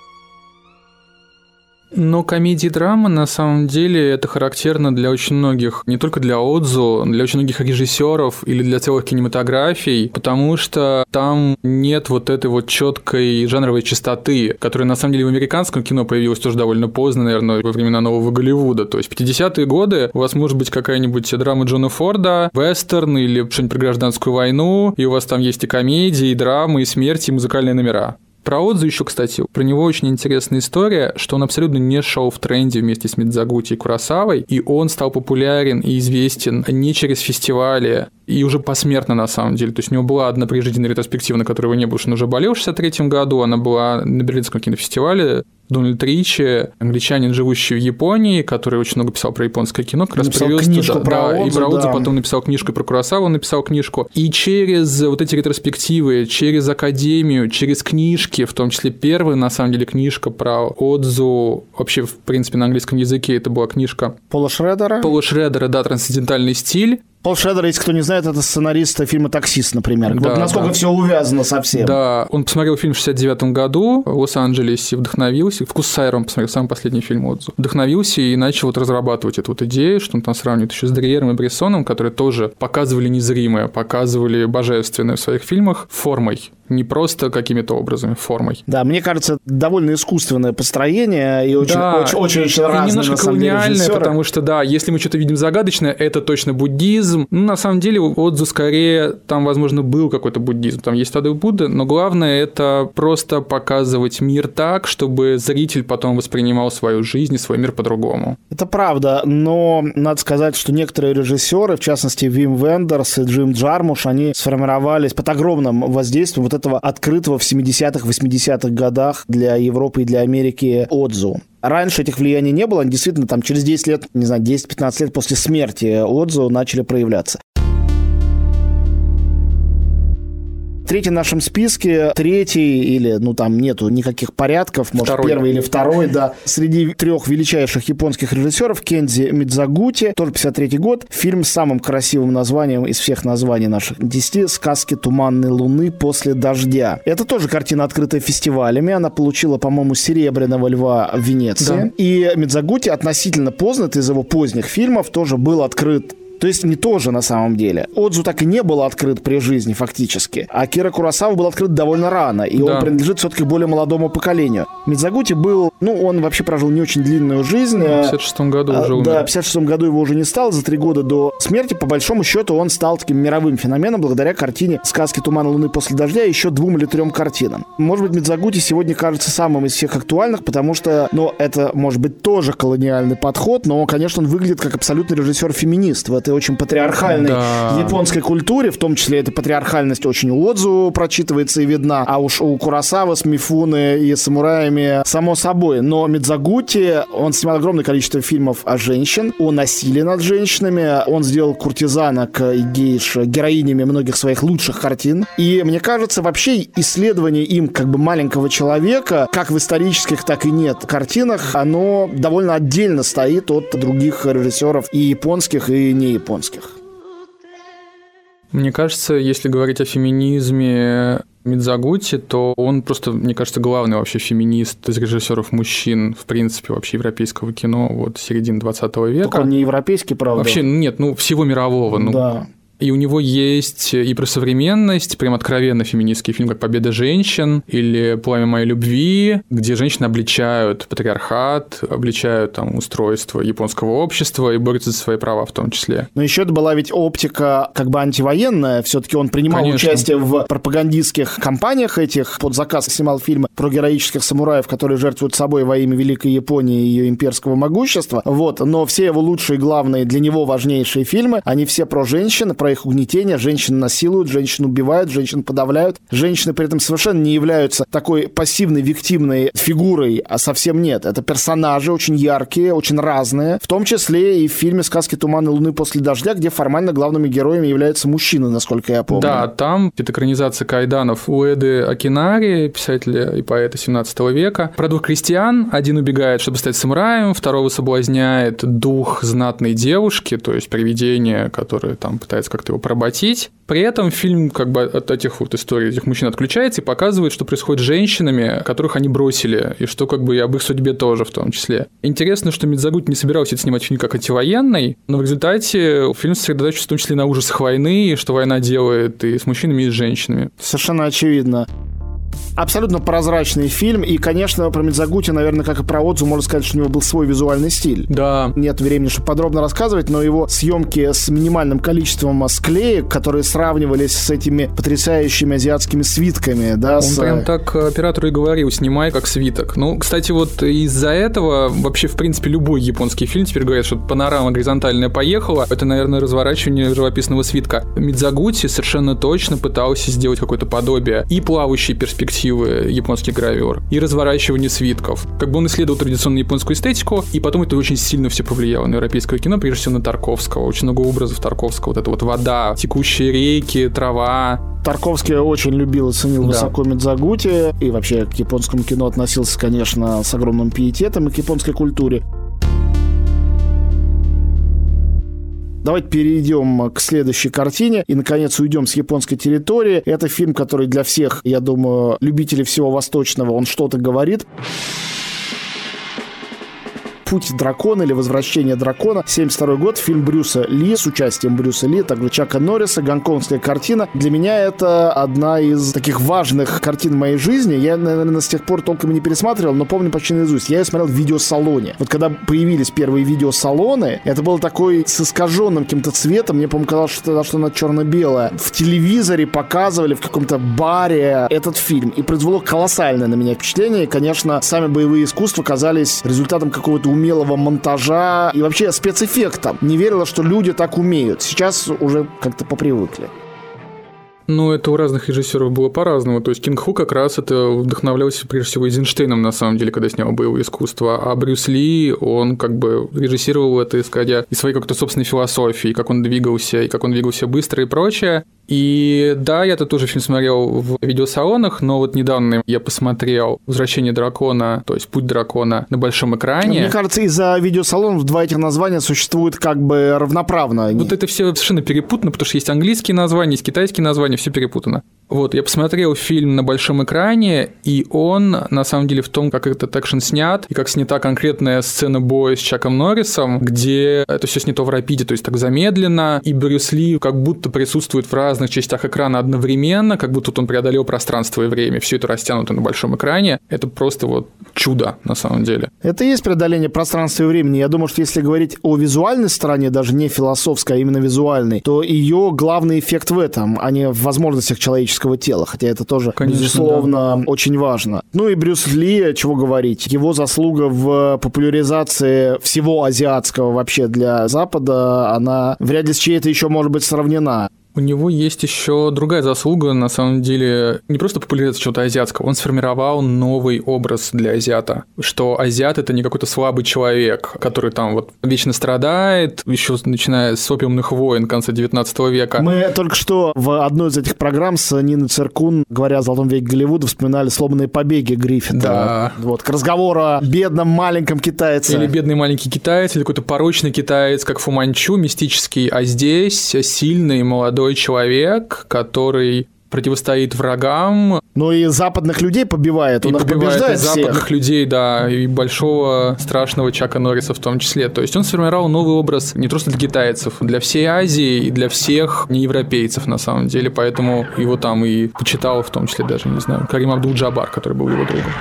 Но комедия и драма, на самом деле, это характерно для очень многих, не только для Одзу, для очень многих режиссеров или для целых кинематографий, потому что там нет вот этой вот четкой жанровой чистоты, которая, на самом деле, в американском кино появилась тоже довольно поздно, наверное, во времена нового Голливуда. То есть в пятидесятые годы у вас может быть какая-нибудь драма Джона Форда, вестерн или что-нибудь про гражданскую войну, и у вас там есть и комедии, и драмы, и смерти, и музыкальные номера. Про Одзу еще, кстати, про него очень интересная история, что он абсолютно не шел в тренде вместе с Мидзагути и Куросавой, и он стал популярен и известен не через фестивали, и уже посмертно, на самом деле. То есть у него была одна прижизненная ретроспектива, на которой его не было, что он уже болел в шестьдесят третьем году, она была на Берлинском кинофестивале Дональд Ричи, англичанин, живущий в Японии, который очень много писал про японское кино, как раз привез книжку туда, про да, Одзу, и про Одзу, да. потом написал книжку, и про Куросаву написал книжку. И через вот эти ретроспективы, через академию, через книжки, в том числе первая, на самом деле, книжка про Одзу, вообще, в принципе, на английском языке это была книжка Пола Шредера. Пола Шредера, да, «Трансцендентальный стиль». Пол Шредер, если кто не знает, это сценарист фильма «Таксист», например. Да, вот насколько да. все увязано совсем. Да, он посмотрел фильм в шестьдесят девятом году в Лос-Анджелесе, вдохновился. «Вкус Сайра» он посмотрел, самый последний фильм Одзу. Вдохновился и начал вот разрабатывать эту вот идею, что он там сравнивает еще с Дриером и Брессоном, которые тоже показывали незримое, показывали божественное в своих фильмах формой. Не просто какими-то образами, формой. Да, мне кажется, довольно искусственное построение и очень, да, очень, очень, очень и разные, немножко на самом деле, колониальное, режиссеры. потому что, да, если мы что-то видим загадочное, это точно буддизм. Ну, на самом деле, у Одзу скорее там, возможно, был какой-то буддизм. Там есть Тадо Будда, но главное – это просто показывать мир так, чтобы зритель потом воспринимал свою жизнь и свой мир по-другому. Это правда, но надо сказать, что некоторые режиссеры, в частности, Вим Вендерс и Джим Джармуш, они сформировались под огромным воздействием вот этого открытого в семидесятых, восьмидесятых годах для Европы и для Америки Одзу. Раньше этих влияний не было, они действительно там через десять лет, не знаю, десять-пятнадцать лет после смерти Одзу начали проявляться. Третий в нашем списке, третий, или, ну, там нету никаких порядков, может, второй. первый или второй, да, среди трех величайших японских режиссеров Кензи Мидзагути, тоже пятьдесят третий год, фильм с самым красивым названием из всех названий наших десяти «Сказки туманной луны после дождя». Это тоже картина, открытая фестивалями, она получила, по-моему, «Серебряного льва» в Венеции. Да. И Мидзагути относительно поздно, это из его поздних фильмов, тоже был открыт. То есть не тоже на самом деле. Одзу так и не был открыт при жизни фактически. А Акира Куросава был открыт довольно рано. И да. он принадлежит все-таки более молодому поколению. Мидзагути был... Ну, он вообще прожил не очень длинную жизнь. В пятьдесят шестом году уже умер. Да, в пятьдесят шестом году его уже не стало. За три года до смерти, по большому счету, он стал таким мировым феноменом благодаря картине «Сказки тумана луны после дождя» и еще двум или трем картинам. Может быть, Мидзагути сегодня кажется самым из всех актуальных, потому что, ну, это, может быть, тоже колониальный подход, но, конечно, он выглядит как абсолютный режиссер-феминист в этой очень патриархальной да. японской культуре, в том числе эта патриархальность очень у Одзу прочитывается и видна, а уж у Куросавы с Мифуне и самураями само собой. Но Мидзагути, он снимал огромное количество фильмов о женщин, о насилии над женщинами, он сделал куртизанок и гейш героинями многих своих лучших картин. И мне кажется, вообще исследование им как бы маленького человека, как в исторических, так и нет картинах, оно довольно отдельно стоит от других режиссеров и японских, и не японских. Мне кажется, если говорить о феминизме Мидзагути, то он просто, мне кажется, главный вообще феминист из режиссеров мужчин, в принципе, вообще европейского кино, вот, середины двадцатого века. Только он не европейский, правда? Вообще, нет, ну, всего мирового. Ну, да. И у него есть и про современность, прям откровенно феминистский фильм, как «Победа женщин» или «Пламя моей любви», где женщины обличают патриархат, обличают там устройство японского общества и борются за свои права в том числе. Но еще это была ведь оптика как бы антивоенная. Все-таки он принимал Конечно. участие в пропагандистских кампаниях этих. Под заказ снимал фильмы про героических самураев, которые жертвуют собой во имя Великой Японии и ее имперского могущества. Вот. Но все его лучшие, главные, для него важнейшие фильмы, они все про женщин, про их угнетение. Женщин насилуют, женщин убивают, женщин подавляют. Женщины при этом совершенно не являются такой пассивной, виктимной фигурой, а совсем нет. Это персонажи очень яркие, очень разные. В том числе и в фильме «Сказки туманной луны после дождя», где формально главными героями являются мужчины, насколько я помню. Да, там это экранизация кайданов Уэды Акинари, писателя и поэта семнадцатого века. Про двух крестьян. Один убегает, чтобы стать самураем, второго соблазняет дух знатной девушки, то есть привидение, которое там пытается как как-то его поработить. При этом фильм как бы от этих вот историй, этих мужчин отключается и показывает, что происходит с женщинами, которых они бросили, и что как бы и об их судьбе тоже в том числе. Интересно, что Мидзагути не собирался снимать фильм как антивоенный, но в результате фильм сосредоточивается в том числе на ужасах войны, и что война делает и с мужчинами, и с женщинами. Совершенно очевидно. Абсолютно прозрачный фильм, и, конечно, про Мидзагути, наверное, как и про Одзу, можно сказать, что у него был свой визуальный стиль. Да. Нет времени, чтобы подробно рассказывать, но его съемки с минимальным количеством склеек, которые сравнивались с этими потрясающими азиатскими свитками, да. Он с... прям так оператору и говорил: снимай как свиток. Ну, кстати, вот из-за этого вообще, в принципе, любой японский фильм теперь говорят, что панорама горизонтальная поехала. Это, наверное, разворачивание живописного свитка. Мидзагути совершенно точно пытался сделать какое-то подобие и плавающей перспективы, перспективы японских гравюр и разворачивание свитков. Как бы он исследовал традиционную японскую эстетику, и потом это очень сильно все повлияло на европейское кино, прежде всего на Тарковского. Очень много образов Тарковского. Вот это вот вода, текущие реки, трава. Тарковский очень любил и ценил да. высоко Мидзагути, и вообще к японскому кино относился, конечно, с огромным пиететом и к японской культуре. Давайте перейдем к следующей картине и, наконец, уйдем с японской территории. Это фильм, который для всех, я думаю, любителей всего восточного, он что-то говорит. «Путь дракона» или «Возвращение дракона», семьдесят второй год, фильм Брюса Ли с участием Брюса Ли, также Чака Норриса, гонконгская картина. Для меня это одна из таких важных картин в моей жизни. Я, наверное, с тех пор толком не пересматривал, но помню почти наизусть. Я ее смотрел в видеосалоне. Вот когда появились первые видеосалоны, это был такой с искаженным каким-то цветом. Мне, по-моему, казалось, что тогда что она черно-белая. В телевизоре показывали в каком-то баре этот фильм. И произвело колоссальное на меня впечатление. И, конечно, сами боевые искусства казались результатом какого-то умелого монтажа и вообще спецэффектом. Не верила, что люди так умеют. Сейчас уже как-то попривыкли. Ну, это у разных режиссеров было по-разному. То есть Кинг Ху как раз это вдохновлялся прежде всего Эйзенштейном, на самом деле, когда снял боевое искусство. А Брюс Ли, он как бы режиссировал это, исходя из своей как-то собственной философии, как он двигался, и как он двигался быстро и прочее. И да, я-то тоже фильм смотрел в видеосалонах, но вот недавно я посмотрел «Возвращение дракона», то есть «Путь дракона» на большом экране. Мне кажется, из-за видеосалонов два этих названия существуют как бы равноправно. Они. Вот это все совершенно перепутано, потому что есть английские названия, есть китайские названия, все перепутано. Вот, я посмотрел фильм на большом экране, и он, на самом деле, в том, как этот экшен снят, и как снята конкретная сцена боя с Чаком Норрисом, где это все снято в рапиде, то есть так замедленно, и Брюс Ли как будто присутствует в разных частях экрана одновременно, как будто он преодолел пространство и время. Все это растянуто на большом экране. Это просто вот чудо, на самом деле. Это и есть преодоление пространства и времени. Я думаю, что если говорить о визуальной стороне, даже не философской, а именно визуальной, то ее главный эффект в этом, а не в возможностях человеческого тела, хотя это тоже, конечно, безусловно, да. очень важно. Ну и Брюс Ли, чего говорить, его заслуга в популяризации всего азиатского вообще для Запада, она вряд ли с чьей-то еще может быть сравнена. У него есть еще другая заслуга, на самом деле, не просто популяризация чего-то азиатского, он сформировал новый образ для азиата, что азиат — это не какой-то слабый человек, который там вот вечно страдает, еще начиная с опиумных войн конца девятнадцатого века. Мы только что в одной из этих программ с Ниной Циркун, говоря о золотом веке Голливуда, вспоминали «Сломанные побеги» Гриффита. Да. Вот, к разговору о бедном маленьком китайце. Или бедный маленький китаец, или какой-то порочный китаец, как Фу Манчу, мистический, а здесь сильный молодой человек, который противостоит врагам. Ну и западных людей побивает, он и их побивает побеждает и всех. Западных людей, да, и большого страшного Чака Норриса в том числе. То есть он сформировал новый образ не просто для китайцев, для всей Азии и для всех неевропейцев на самом деле, поэтому его там и почитал в том числе даже, не знаю, Карим Абдул-Джабар, который был его другом.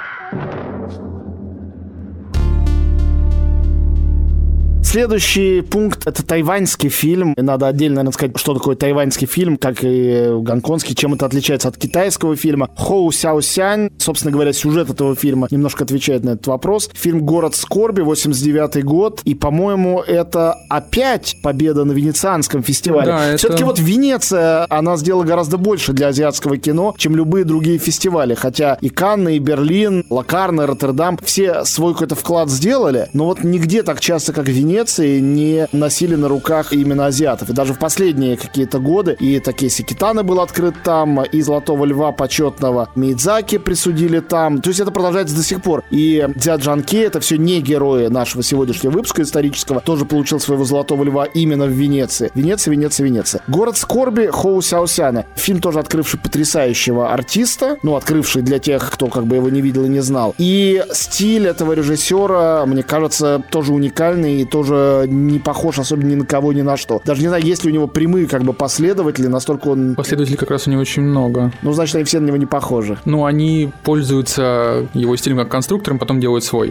Следующий пункт – это тайваньский фильм. И надо отдельно, наверное, сказать, что такое тайваньский фильм, как и гонконгский, чем это отличается от китайского фильма. Хоу Сяо Сянь, собственно говоря, сюжет этого фильма немножко отвечает на этот вопрос. Фильм «Город скорби», восемьдесят девятый год, и, по-моему, это опять победа на Венецианском фестивале. Да, все-таки это... вот Венеция, она сделала гораздо больше для азиатского кино, чем любые другие фестивали, хотя и Канны, и Берлин, Локарно, Роттердам, все свой какой-то вклад сделали, но вот нигде так часто, как в Венеции, не носили на руках именно азиатов. И даже в последние какие-то годы и Такеси Китано был открыт там, и «Золотого льва» почетного Миядзаки присудили там. То есть это продолжается до сих пор. И Дзя Джан Ке, это все не герои нашего сегодняшнего выпуска исторического, тоже получил своего «Золотого льва» именно в Венеции. Венеция, Венеция, Венеция. «Город скорби» Хоу Сяо Сяня. Фильм тоже открывший потрясающего артиста, ну, открывший для тех, кто как бы его не видел и не знал. И стиль этого режиссера, мне кажется, тоже уникальный и тоже не похож особенно ни на кого, ни на что. Даже не знаю, есть ли у него прямые как бы последователи, настолько он... Последователей как раз у него очень много. Ну, значит, они все на него не похожи. Ну, они пользуются его стилем как конструктором, потом делают свой.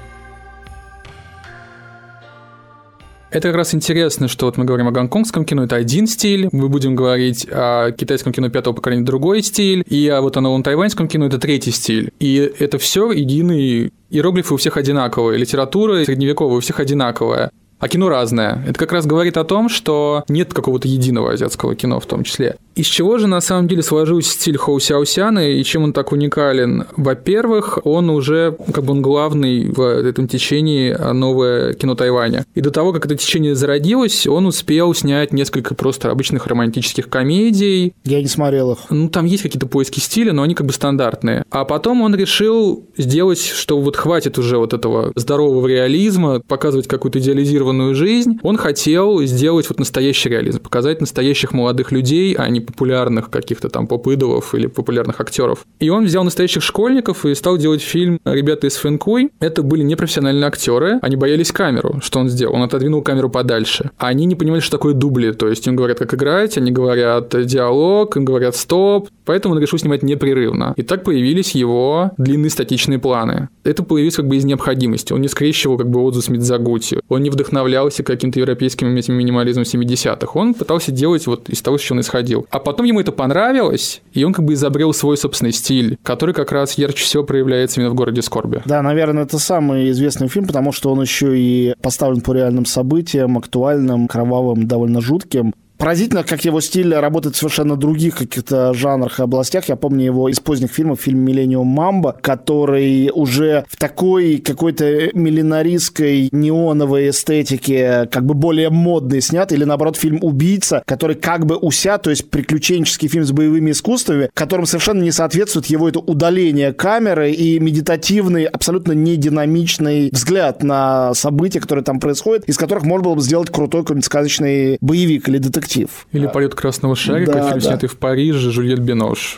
Это как раз интересно, что вот мы говорим о гонконгском кино, это один стиль, мы будем говорить о китайском кино пятого поколения, другой стиль, и о вот о новом тайваньском кино это третий стиль. И это все единый, иероглифы у всех одинаковые, литература средневековая у всех одинаковая. А кино разное. Это как раз говорит о том, что нет какого-то единого азиатского кино в том числе. Из чего же на самом деле сложился стиль Хоу Сяосяна и чем он так уникален? Во-первых, он уже как бы он главный в этом течении новое кино Тайваня. И до того, как это течение зародилось, он успел снять несколько просто обычных романтических комедий. Я не смотрел их. Ну, там есть какие-то поиски стиля, но они как бы стандартные. А потом он решил сделать, что вот хватит уже вот этого здорового реализма, показывать какую-то идеализированную жизнь. Он хотел сделать вот настоящий реализм, показать настоящих молодых людей, а не популярных каких-то там поп-идолов или популярных актеров. И он взял настоящих школьников и стал делать фильм «Ребята из Фэнкуй». Это были непрофессиональные актеры, они боялись камеру. Что он сделал? Он отодвинул камеру подальше. А они не понимали, что такое дубли, то есть им говорят, как играть, они говорят диалог, им говорят стоп, поэтому он решил снимать непрерывно. И так появились его длинные статичные планы. Это появилось как бы из необходимости. Он не скрещивал как бы Одзу с Мидзагути, он не вдохновлялся каким-то европейским этим минимализмом семидесятых. Он пытался делать вот из того, с чего он исходил. А потом ему это понравилось, и он как бы изобрел свой собственный стиль, который как раз ярче всего проявляется именно в «Городе скорби». Да, наверное, это самый известный фильм, потому что он еще и поставлен по реальным событиям, актуальным, кровавым, довольно жутким. Поразительно, как его стиль работает в совершенно других каких-то жанрах и областях. Я помню его из поздних фильмов, фильм «Миллениум Мамбо», который уже в такой какой-то миллинаристской неоновой эстетике как бы более модный снят, или наоборот фильм «Убийца», который как бы уся, то есть приключенческий фильм с боевыми искусствами, которым совершенно не соответствует его это удаление камеры и медитативный, абсолютно нединамичный взгляд на события, которые там происходят, из которых можно было бы сделать крутой какой-нибудь сказочный боевик или детектив. Или «Полет красного шарика», да, фильм, да. снятый в Париже, Жюльет Бинош.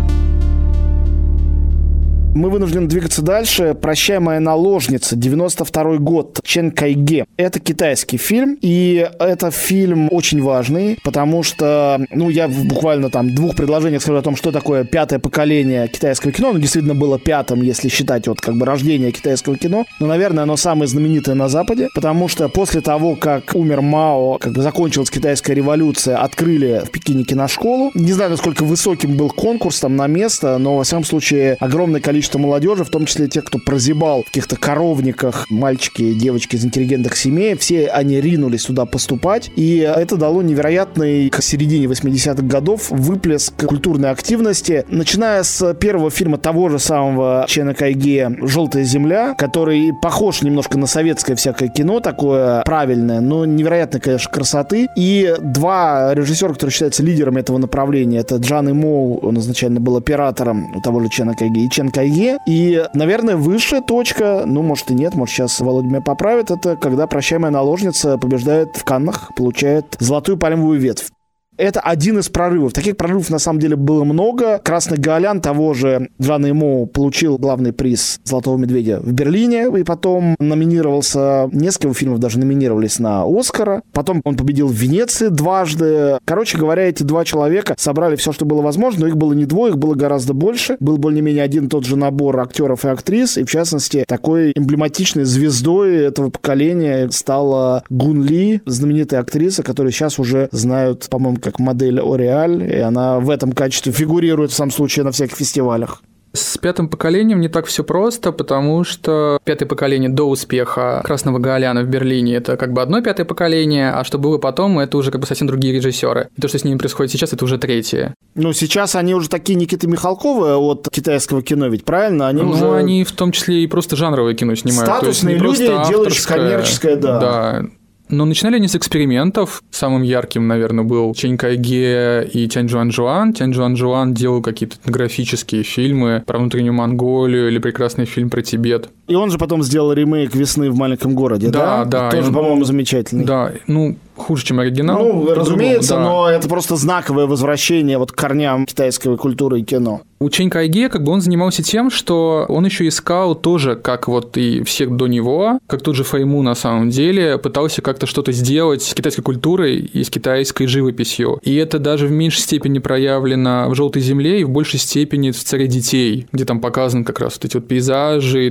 Мы вынуждены двигаться дальше. «Прощай, моя наложница», девяносто второй год, Чен Кайге. Это китайский фильм, и это фильм очень важный, потому что, ну, я в буквально там двух предложениях скажу о том, что такое пятое поколение китайского кино. Оно действительно было пятым, если считать вот как бы рождение китайского кино. Но, наверное, оно самое знаменитое на Западе, потому что после того, как умер Мао, как бы закончилась китайская революция, открыли в Пекине киношколу. Не знаю, насколько высоким был конкурс там на место, но, во всяком случае, огромное количество молодежи, в том числе те, кто прозябал в каких-то коровниках, мальчики и девочки из интеллигентных семей, все они ринулись сюда поступать, и это дало невероятный к середине восьмидесятых годов выплеск культурной активности, начиная с первого фильма того же самого Чена Кайге «Желтая земля», который похож немножко на советское всякое кино, такое правильное, но невероятной, конечно, красоты, и два режиссера, которые считаются лидерами этого направления, это Джан Имоу, он изначально был оператором того же Чена Кайге, и Чен Кайге. И, наверное, высшая точка, ну, может и нет, может сейчас Володя меня поправит, это когда «Прощай, моя наложница» побеждает в Каннах, получает золотую пальмовую ветвь. Это один из прорывов. Таких прорывов, на самом деле, было много. «Красный Голян» того же Джана Имоу получил главный приз «Золотого медведя» в Берлине, и потом номинировался, несколько его фильмов даже номинировались на «Оскара». Потом он победил в Венеции дважды. Короче говоря, эти два человека собрали все, что было возможно, но их было не двое, их было гораздо больше. Был более-менее один и тот же набор актеров и актрис, и, в частности, такой эмблематичной звездой этого поколения стала Гун Ли, знаменитая актриса, которую сейчас уже знают, по-моему, как модель Ореаль, и она в этом качестве фигурирует, в самом случае, на всяких фестивалях. С пятым поколением не так все просто, потому что пятое поколение до успеха «Красного Голяна» в Берлине – это как бы одно пятое поколение, а что было потом, это уже как бы совсем другие режиссеры. И то, что с ними происходит сейчас, это уже третье. Ну, сейчас они уже такие Никиты Михалковы от китайского кино, ведь правильно? Они ну, уже... они в том числе и просто жанровое кино снимают. Статусные люди, делающие коммерческое, да. Да. Но начинали они с экспериментов. Самым ярким, наверное, был Чен Кайге и Тянь Жуан-Жуан. Тянь Жуан-Жуан делал какие-то этнографические фильмы про внутреннюю Монголию или прекрасный фильм про Тибет. И он же потом сделал ремейк «Весны в маленьком городе», да? Да, да. Тоже, он... по-моему, замечательный. Да, ну, хуже, чем оригинал. Ну, разумеется, да. но это просто знаковое возвращение вот к корням китайской культуры и кино. У Чен Кайге как бы он занимался тем, что он еще искал тоже, как вот и всех до него, как тот же Фэйму на самом деле, пытался как-то что-то сделать с китайской культурой и с китайской живописью. И это даже в меньшей степени проявлено в «Желтой земле» и в большей степени в «Царе детей», где там показаны как раз вот эти вот пейзажи, там есть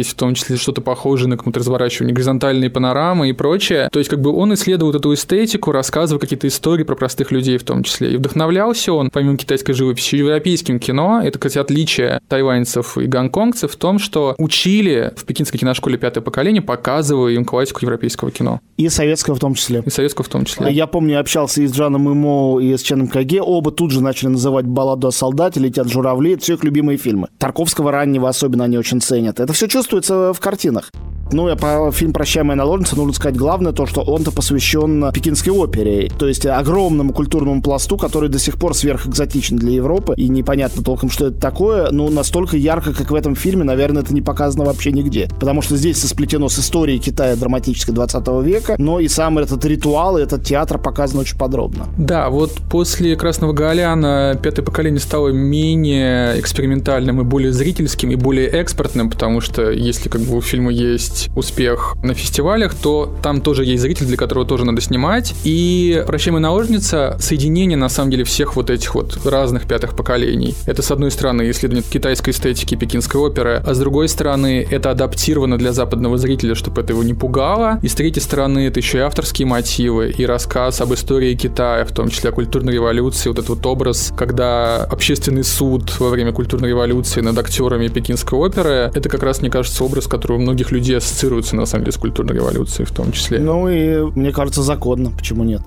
есть в том числе что-то похожее на какое-то разворачивание горизонтальные панорамы и прочее. То есть как бы он исследует эту эстетику, рассказывая какие-то истории про простых людей в том числе. И вдохновлялся он, помимо китайской живописи, европейским кино. Это, кстати, отличие тайваньцев и гонконгцев в том, что учили в пекинской киношколе «Пятое поколение», показывая им классику европейского кино. И советского в том числе. И советского в том числе. Я помню, я общался и с Джаном Имо, и с Ченом Каге. Оба тут же начали называть «Балладу о солдате», «Летят журавли». Это все их любимые фильмы. Тарковского раннего особенно они очень ценят. Это все чувствуется в картинах. Ну, я по фильм «Прощай, моя наложница», нужно сказать главное то, что он-то посвящен пекинской опере, то есть огромному культурному пласту, который до сих пор сверхэкзотичен для Европы, и непонятно толком, что это такое, но настолько ярко, как в этом фильме, наверное, это не показано вообще нигде, потому что здесь сплетено с историей Китая драматической двадцатого века, но и сам этот ритуал, и этот театр показан очень подробно. Да, вот после «Красного Гаоляна» «Пятое поколение» стало менее экспериментальным и более зрительским, и более экспортным, потому что если как бы у фильма есть успех на фестивалях, то там тоже есть зритель, для которого тоже надо снимать. И «Прощай, моя наложница» — соединение, на самом деле, всех вот этих вот разных пятых поколений. Это, с одной стороны, исследование китайской эстетики, пекинской оперы, а с другой стороны, это адаптировано для западного зрителя, чтобы это его не пугало. И с третьей стороны, это еще и авторские мотивы, и рассказ об истории Китая, в том числе о культурной революции, вот этот вот образ, когда общественный суд во время культурной революции над актерами пекинской оперы, это как раз, мне кажется, образ, который у многих людей ассоциируется, на самом деле, с культурной революцией в том числе. Ну и, мне кажется, законно. Почему нет?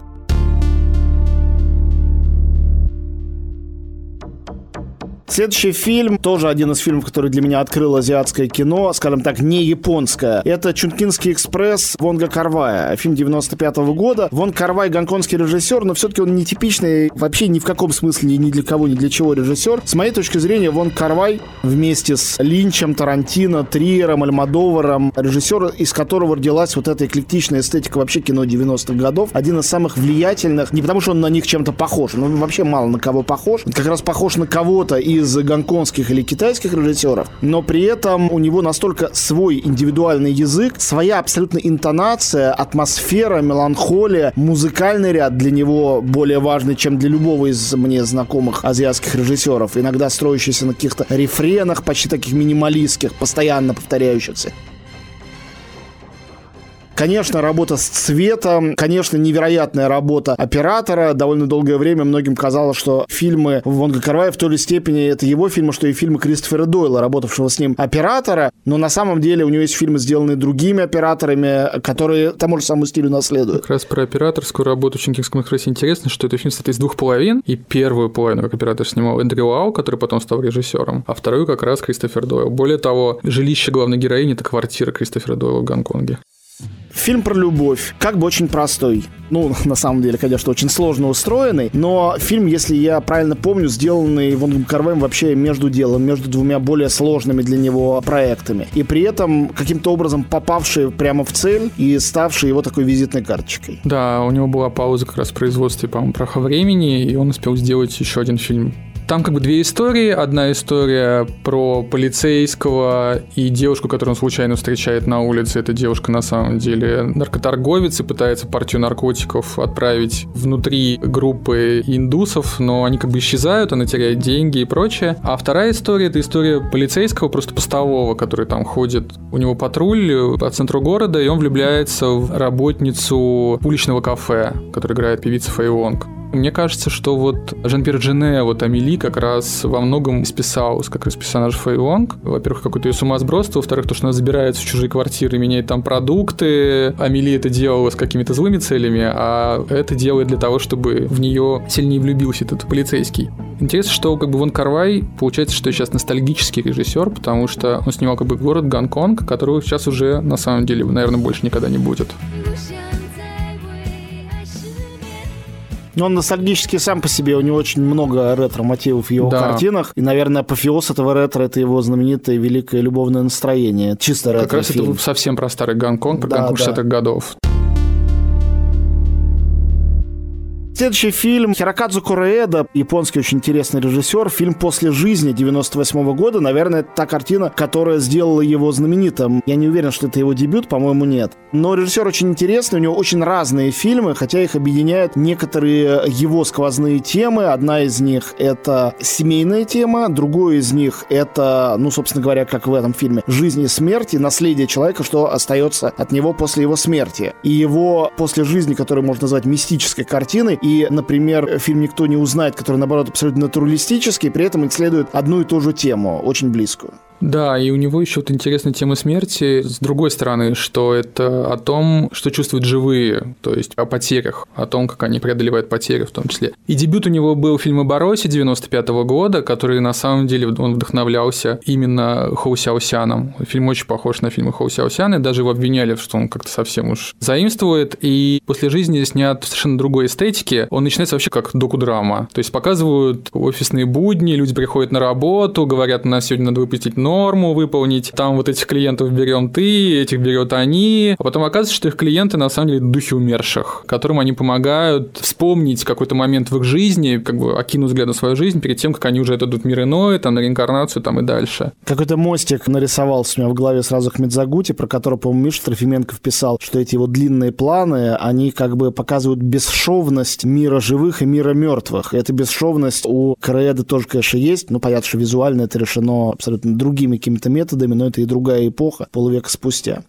Следующий фильм, тоже один из фильмов, который для меня открыл азиатское кино, скажем так, не японское. Это «Чункинский экспресс» Вонга Кар-вая, фильм девяносто пятого года. Вонг Кар-вай — гонконгский режиссер, но все-таки он нетипичный, вообще ни в каком смысле ни для кого, ни для чего режиссер. С моей точки зрения, Вонг Кар-вай вместе с Линчем, Тарантино, Триером, Альмодоваром, режиссер, из которого родилась вот эта эклектичная эстетика вообще кино девяностых годов, один из самых влиятельных, не потому что он на них чем-то похож, он вообще мало на кого похож, он как раз похож на кого-то из гонконгских или китайских режиссеров, но при этом у него настолько свой индивидуальный язык, своя абсолютно интонация, атмосфера, меланхолия, музыкальный ряд для него более важный, чем для любого из мне знакомых азиатских режиссеров, иногда строящийся на каких-то рефренах, почти таких минималистских, постоянно повторяющихся. Конечно, работа с цветом, конечно, невероятная работа оператора. Довольно долгое время многим казалось, что фильмы Вонга Кар-вая в той же степени это его фильмы, что и фильмы Кристофера Дойла, работавшего с ним оператора. Но на самом деле у него есть фильмы, сделанные другими операторами, которые тому же самому стилю наследуют. Как раз про операторскую работу в «Чункинском экспрессе» интересно, что это фильм состоит из двух половин. И первую половину как оператор снимал Эндрю Лау, который потом стал режиссером, а вторую как раз Кристофер Дойл. Более того, жилище главной героини — это квартира Кристофера Дойла в Гонконге. Фильм про любовь, как бы очень простой. Ну, на самом деле, конечно, очень сложно устроенный, но фильм, если я правильно помню, сделанный Вонгом Кар-ваем вообще между делом, между двумя более сложными для него проектами. И при этом каким-то образом попавший прямо в цель и ставший его такой визитной карточкой. Да, у него была пауза как раз в производстве, по-моему, «Праха времени», и он успел сделать еще один фильм. Там как бы две истории. Одна история про полицейского и девушку, которую он случайно встречает на улице. Эта девушка на самом деле наркоторговец и пытается партию наркотиков отправить внутри группы индусов, но они как бы исчезают, она теряет деньги и прочее. А вторая история — это история полицейского, просто постового, который там ходит. У него патруль по центру города, и он влюбляется в работницу уличного кафе, которая играет певица Фэй Вонг. Мне кажется, что вот Жан-Пьер Джене, вот Амели как раз во многом списалась как раз персонаж Фэй Вонг. Во-первых, какой-то ее сумасбродство, во-вторых, то, что она забирается в чужие квартиры, меняет там продукты. Амели это делала с какими-то злыми целями, а это делает для того, чтобы в нее сильнее влюбился этот полицейский. Интересно, что как бы Вонг Кар-вай, получается, что сейчас ностальгический режиссер, потому что он снимал как бы город Гонконг, которого сейчас уже на самом деле, наверное, больше никогда не будет. Но он ностальгический сам по себе, у него очень много ретро-мотивов в его да. картинах. И, наверное, апофеоз этого ретро — это его знаменитое «Великое любовное настроение». Чисто ретро-фильм. Как раз это совсем про старый Гонконг, про да, Гонконг да. шестидесятых годов. Следующий фильм Хирокадзу Короэда, японский очень интересный режиссер, фильм «После жизни» девяносто восьмого года. Наверное, это та картина, которая сделала его знаменитым. Я не уверен, что это его дебют, по-моему, нет. Но режиссер очень интересный, у него очень разные фильмы, хотя их объединяют некоторые его сквозные темы. Одна из них — это семейная тема, другой из них — это, ну, собственно говоря, как в этом фильме, жизнь и смерть, и наследие человека, что остается от него после его смерти. И его «После жизни», который можно назвать мистической картиной, и, например, фильм «Никто не узнает», который, наоборот, абсолютно натуралистический, при этом исследует одну и ту же тему, очень близкую. Да, и у него еще вот интересная тема смерти с другой стороны, что это о том, что чувствуют живые, то есть о потерях, о том, как они преодолевают потери в том числе. И дебют у него был фильм «Обороси» девяносто пятого года, который на самом деле он вдохновлялся именно Хоу Сяосяном. Фильм очень похож на фильмы Хоу Сяосяна, даже его обвиняли, что он как-то совсем уж заимствует, и «После жизни» снят в совершенно другой эстетике. Он начинается вообще как докудрама, то есть показывают офисные будни, люди приходят на работу, говорят, у нас сегодня надо выпустить норму выполнить, там вот этих клиентов берем ты, этих берет они, а потом оказывается, что их клиенты на самом деле духи умерших, которым они помогают вспомнить какой-то момент в их жизни, как бы окинуть взгляд на свою жизнь перед тем, как они уже идут в мир иной, там, на реинкарнацию, там и дальше. Какой-то мостик нарисовался у меня в голове сразу к Мидзагути, про который, по-моему, Миша Трофименков писал, что эти его длинные планы, они как бы показывают бесшовность мира живых и мира мертвых. И эта бесшовность у Короэды тоже, конечно, есть, но понятно, что визуально это решено абсолютно другими какими-то методами, но это и другая эпоха, полвека спустя.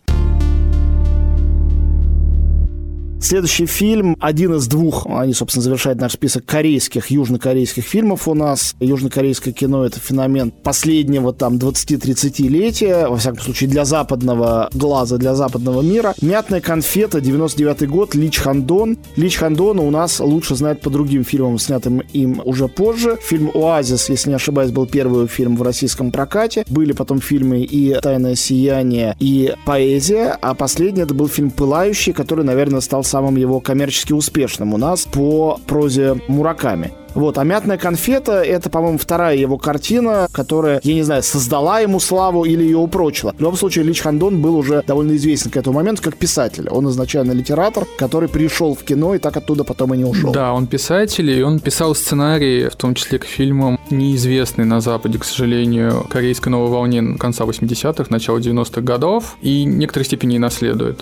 Следующий фильм, один из двух, они, собственно, завершают наш список корейских, южнокорейских фильмов у нас. Южнокорейское кино — это феномен последнего там двадцати-тридцатилетия, во всяком случае, для западного глаза, для западного мира. «Мятная конфета», девяносто девятый год, Ли Чхан-дон. Ли Чхан-дона у нас лучше знают по другим фильмам, снятым им уже позже. Фильм «Оазис», если не ошибаюсь, был первый фильм в российском прокате. Были потом фильмы и «Тайное сияние», и «Поэзия», а последний это был фильм «Пылающий», который, наверное, стал самым его коммерчески успешным у нас по прозе Мураками. Вот, а «Мятная конфета» — это, по-моему, вторая его картина, которая, я не знаю, создала ему славу или ее упрочила. В любом случае, Ли Чхан-дон был уже довольно известен к этому моменту как писатель. Он изначально литератор, который пришел в кино и так оттуда потом и не ушел. Да, он писатель, и он писал сценарии, в том числе к фильмам, неизвестной на Западе, к сожалению, корейской новой волне конца восьмидесятых, начала девяностых годов, и в некоторой степени и наследует.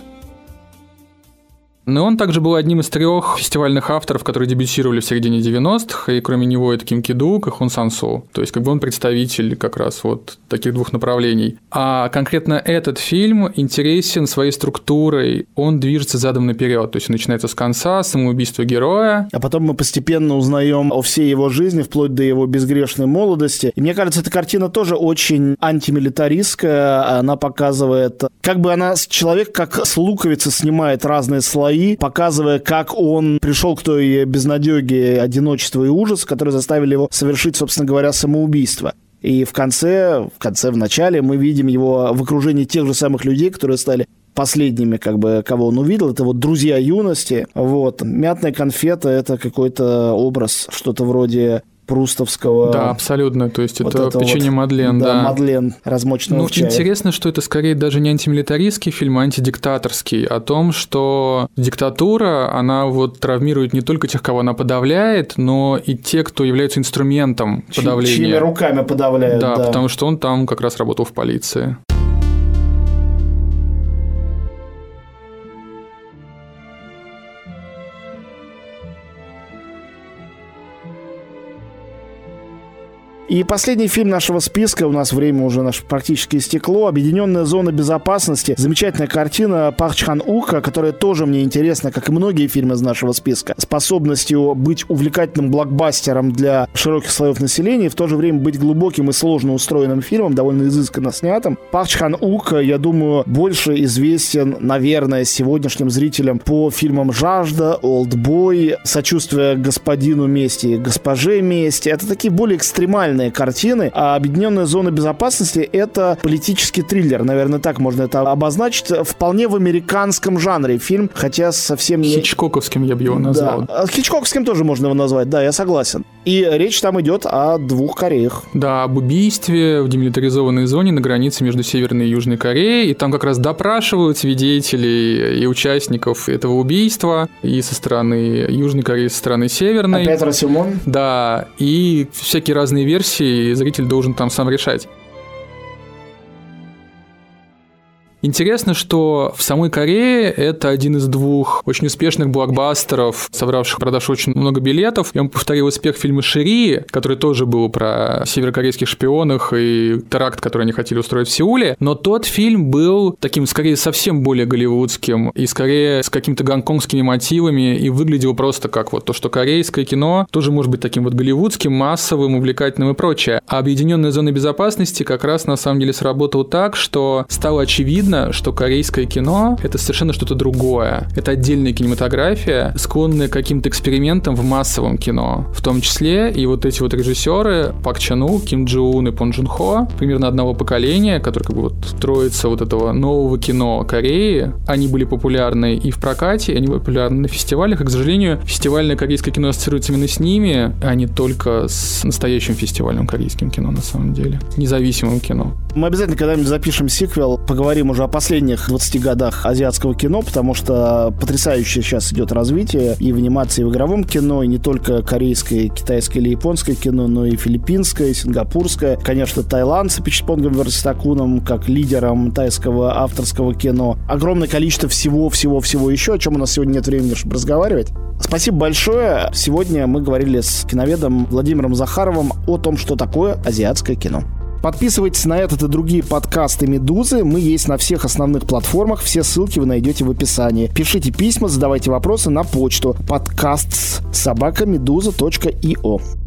Но он также был одним из трех фестивальных авторов, которые дебютировали в середине девяностых, и кроме него это Ким Ки-дук и Хун Сан-су. То есть как бы он представитель как раз вот таких двух направлений. А конкретно этот фильм интересен своей структурой, он движется задом наперед, то есть он начинается с конца, самоубийства героя. А потом мы постепенно узнаем о всей его жизни, вплоть до его безгрешной молодости. И мне кажется, эта картина тоже очень антимилитаристская, она показывает, как бы она, человек как с луковицы снимает разные слои, показывая, как он пришел к той безнадеге, одиночеству и ужасу, которые заставили его совершить, собственно говоря, самоубийство. И в конце, в конце, в начале мы видим его в окружении тех же самых людей, которые стали последними, как бы, кого он увидел. Это вот друзья юности. Вот. «Мятная конфета» — это какой-то образ, что-то вроде прустовского. Да, абсолютно. То есть вот это, это печенье вот, Мадлен. Да, да, Мадлен, размоченного ну, в чае. Интересно, что это скорее даже не антимилитаристский фильм, а антидиктаторский. О том, что диктатура, она вот травмирует не только тех, кого она подавляет, но и те, кто являются инструментом подавления. Чьими руками подавляют. Да, да, потому что он там как раз работал в полиции. И последний фильм нашего списка, у нас время уже наше практически истекло, «Объединенная зона безопасности». Замечательная картина Пак Чхан Ука, которая тоже мне интересна, как и многие фильмы из нашего списка, способностью быть увлекательным блокбастером для широких слоев населения и в то же время быть глубоким и сложно устроенным фильмом, довольно изысканно снятым. Пак Чхан Ук, я думаю, больше известен, наверное, сегодняшним зрителям по фильмам «Жажда», «Олдбой», «Сочувствие господину мести» и «Госпоже мести». Это такие более экстремальные картины, а «Объединенная зона безопасности» — это политический триллер, наверное, так можно это обозначить, вполне в американском жанре фильм, хотя совсем не... Хичкоковским я бы его назвал. Да. Хичкоковским тоже можно его назвать, да, я согласен. И речь там идет о двух Кореях. Да, об убийстве в демилитаризованной зоне на границе между Северной и Южной Кореей. И там как раз допрашивают свидетелей и участников этого убийства и со стороны Южной Кореи, со стороны Северной. Опять Расимон? Да, и всякие разные версии зритель должен там сам решать. Интересно, что в самой Корее это один из двух очень успешных блокбастеров, собравших продаж очень много билетов. И он повторил успех фильма «Шери», который тоже был про северокорейских шпионах и теракт, который они хотели устроить в Сеуле. Но тот фильм был таким, скорее, совсем более голливудским и скорее с какими-то гонконгскими мотивами и выглядел просто как вот то, что корейское кино тоже может быть таким вот голливудским, массовым, увлекательным и прочее. А «Объединенная зона безопасности» как раз на самом деле сработал так, что стало очевидно, что корейское кино — это совершенно что-то другое. Это отдельная кинематография, склонная к каким-то экспериментам в массовом кино. В том числе и вот эти вот режиссеры Пак Чан Ук, Ким Джо Ун и Пон Джун Хо, примерно одного поколения, которые как бы вот троица вот этого нового кино Кореи, они были популярны и в прокате, и они были популярны на фестивалях, и, к сожалению, фестивальное корейское кино ассоциируется именно с ними, а не только с настоящим фестивальным корейским кино, на самом деле. Независимым кино. Мы обязательно когда-нибудь запишем сиквел, поговорим уже о последних двадцати годах азиатского кино, потому что потрясающее сейчас идет развитие и в анимации, и в игровом кино, и не только корейское, китайское или японское кино, но и филиппинское, сингапурское. Конечно, Таиланд с Пичпонгом Верстакуном как лидером тайского авторского кино. Огромное количество всего-всего-всего еще, о чем у нас сегодня нет времени, чтобы разговаривать. Спасибо большое. Сегодня мы говорили с киноведом Владимиром Захаровым о том, что такое азиатское кино. Подписывайтесь на этот и другие подкасты «Медузы». Мы есть на всех основных платформах. Все ссылки вы найдете в описании. Пишите письма, задавайте вопросы на почту подкаст собака медуза точка ай о.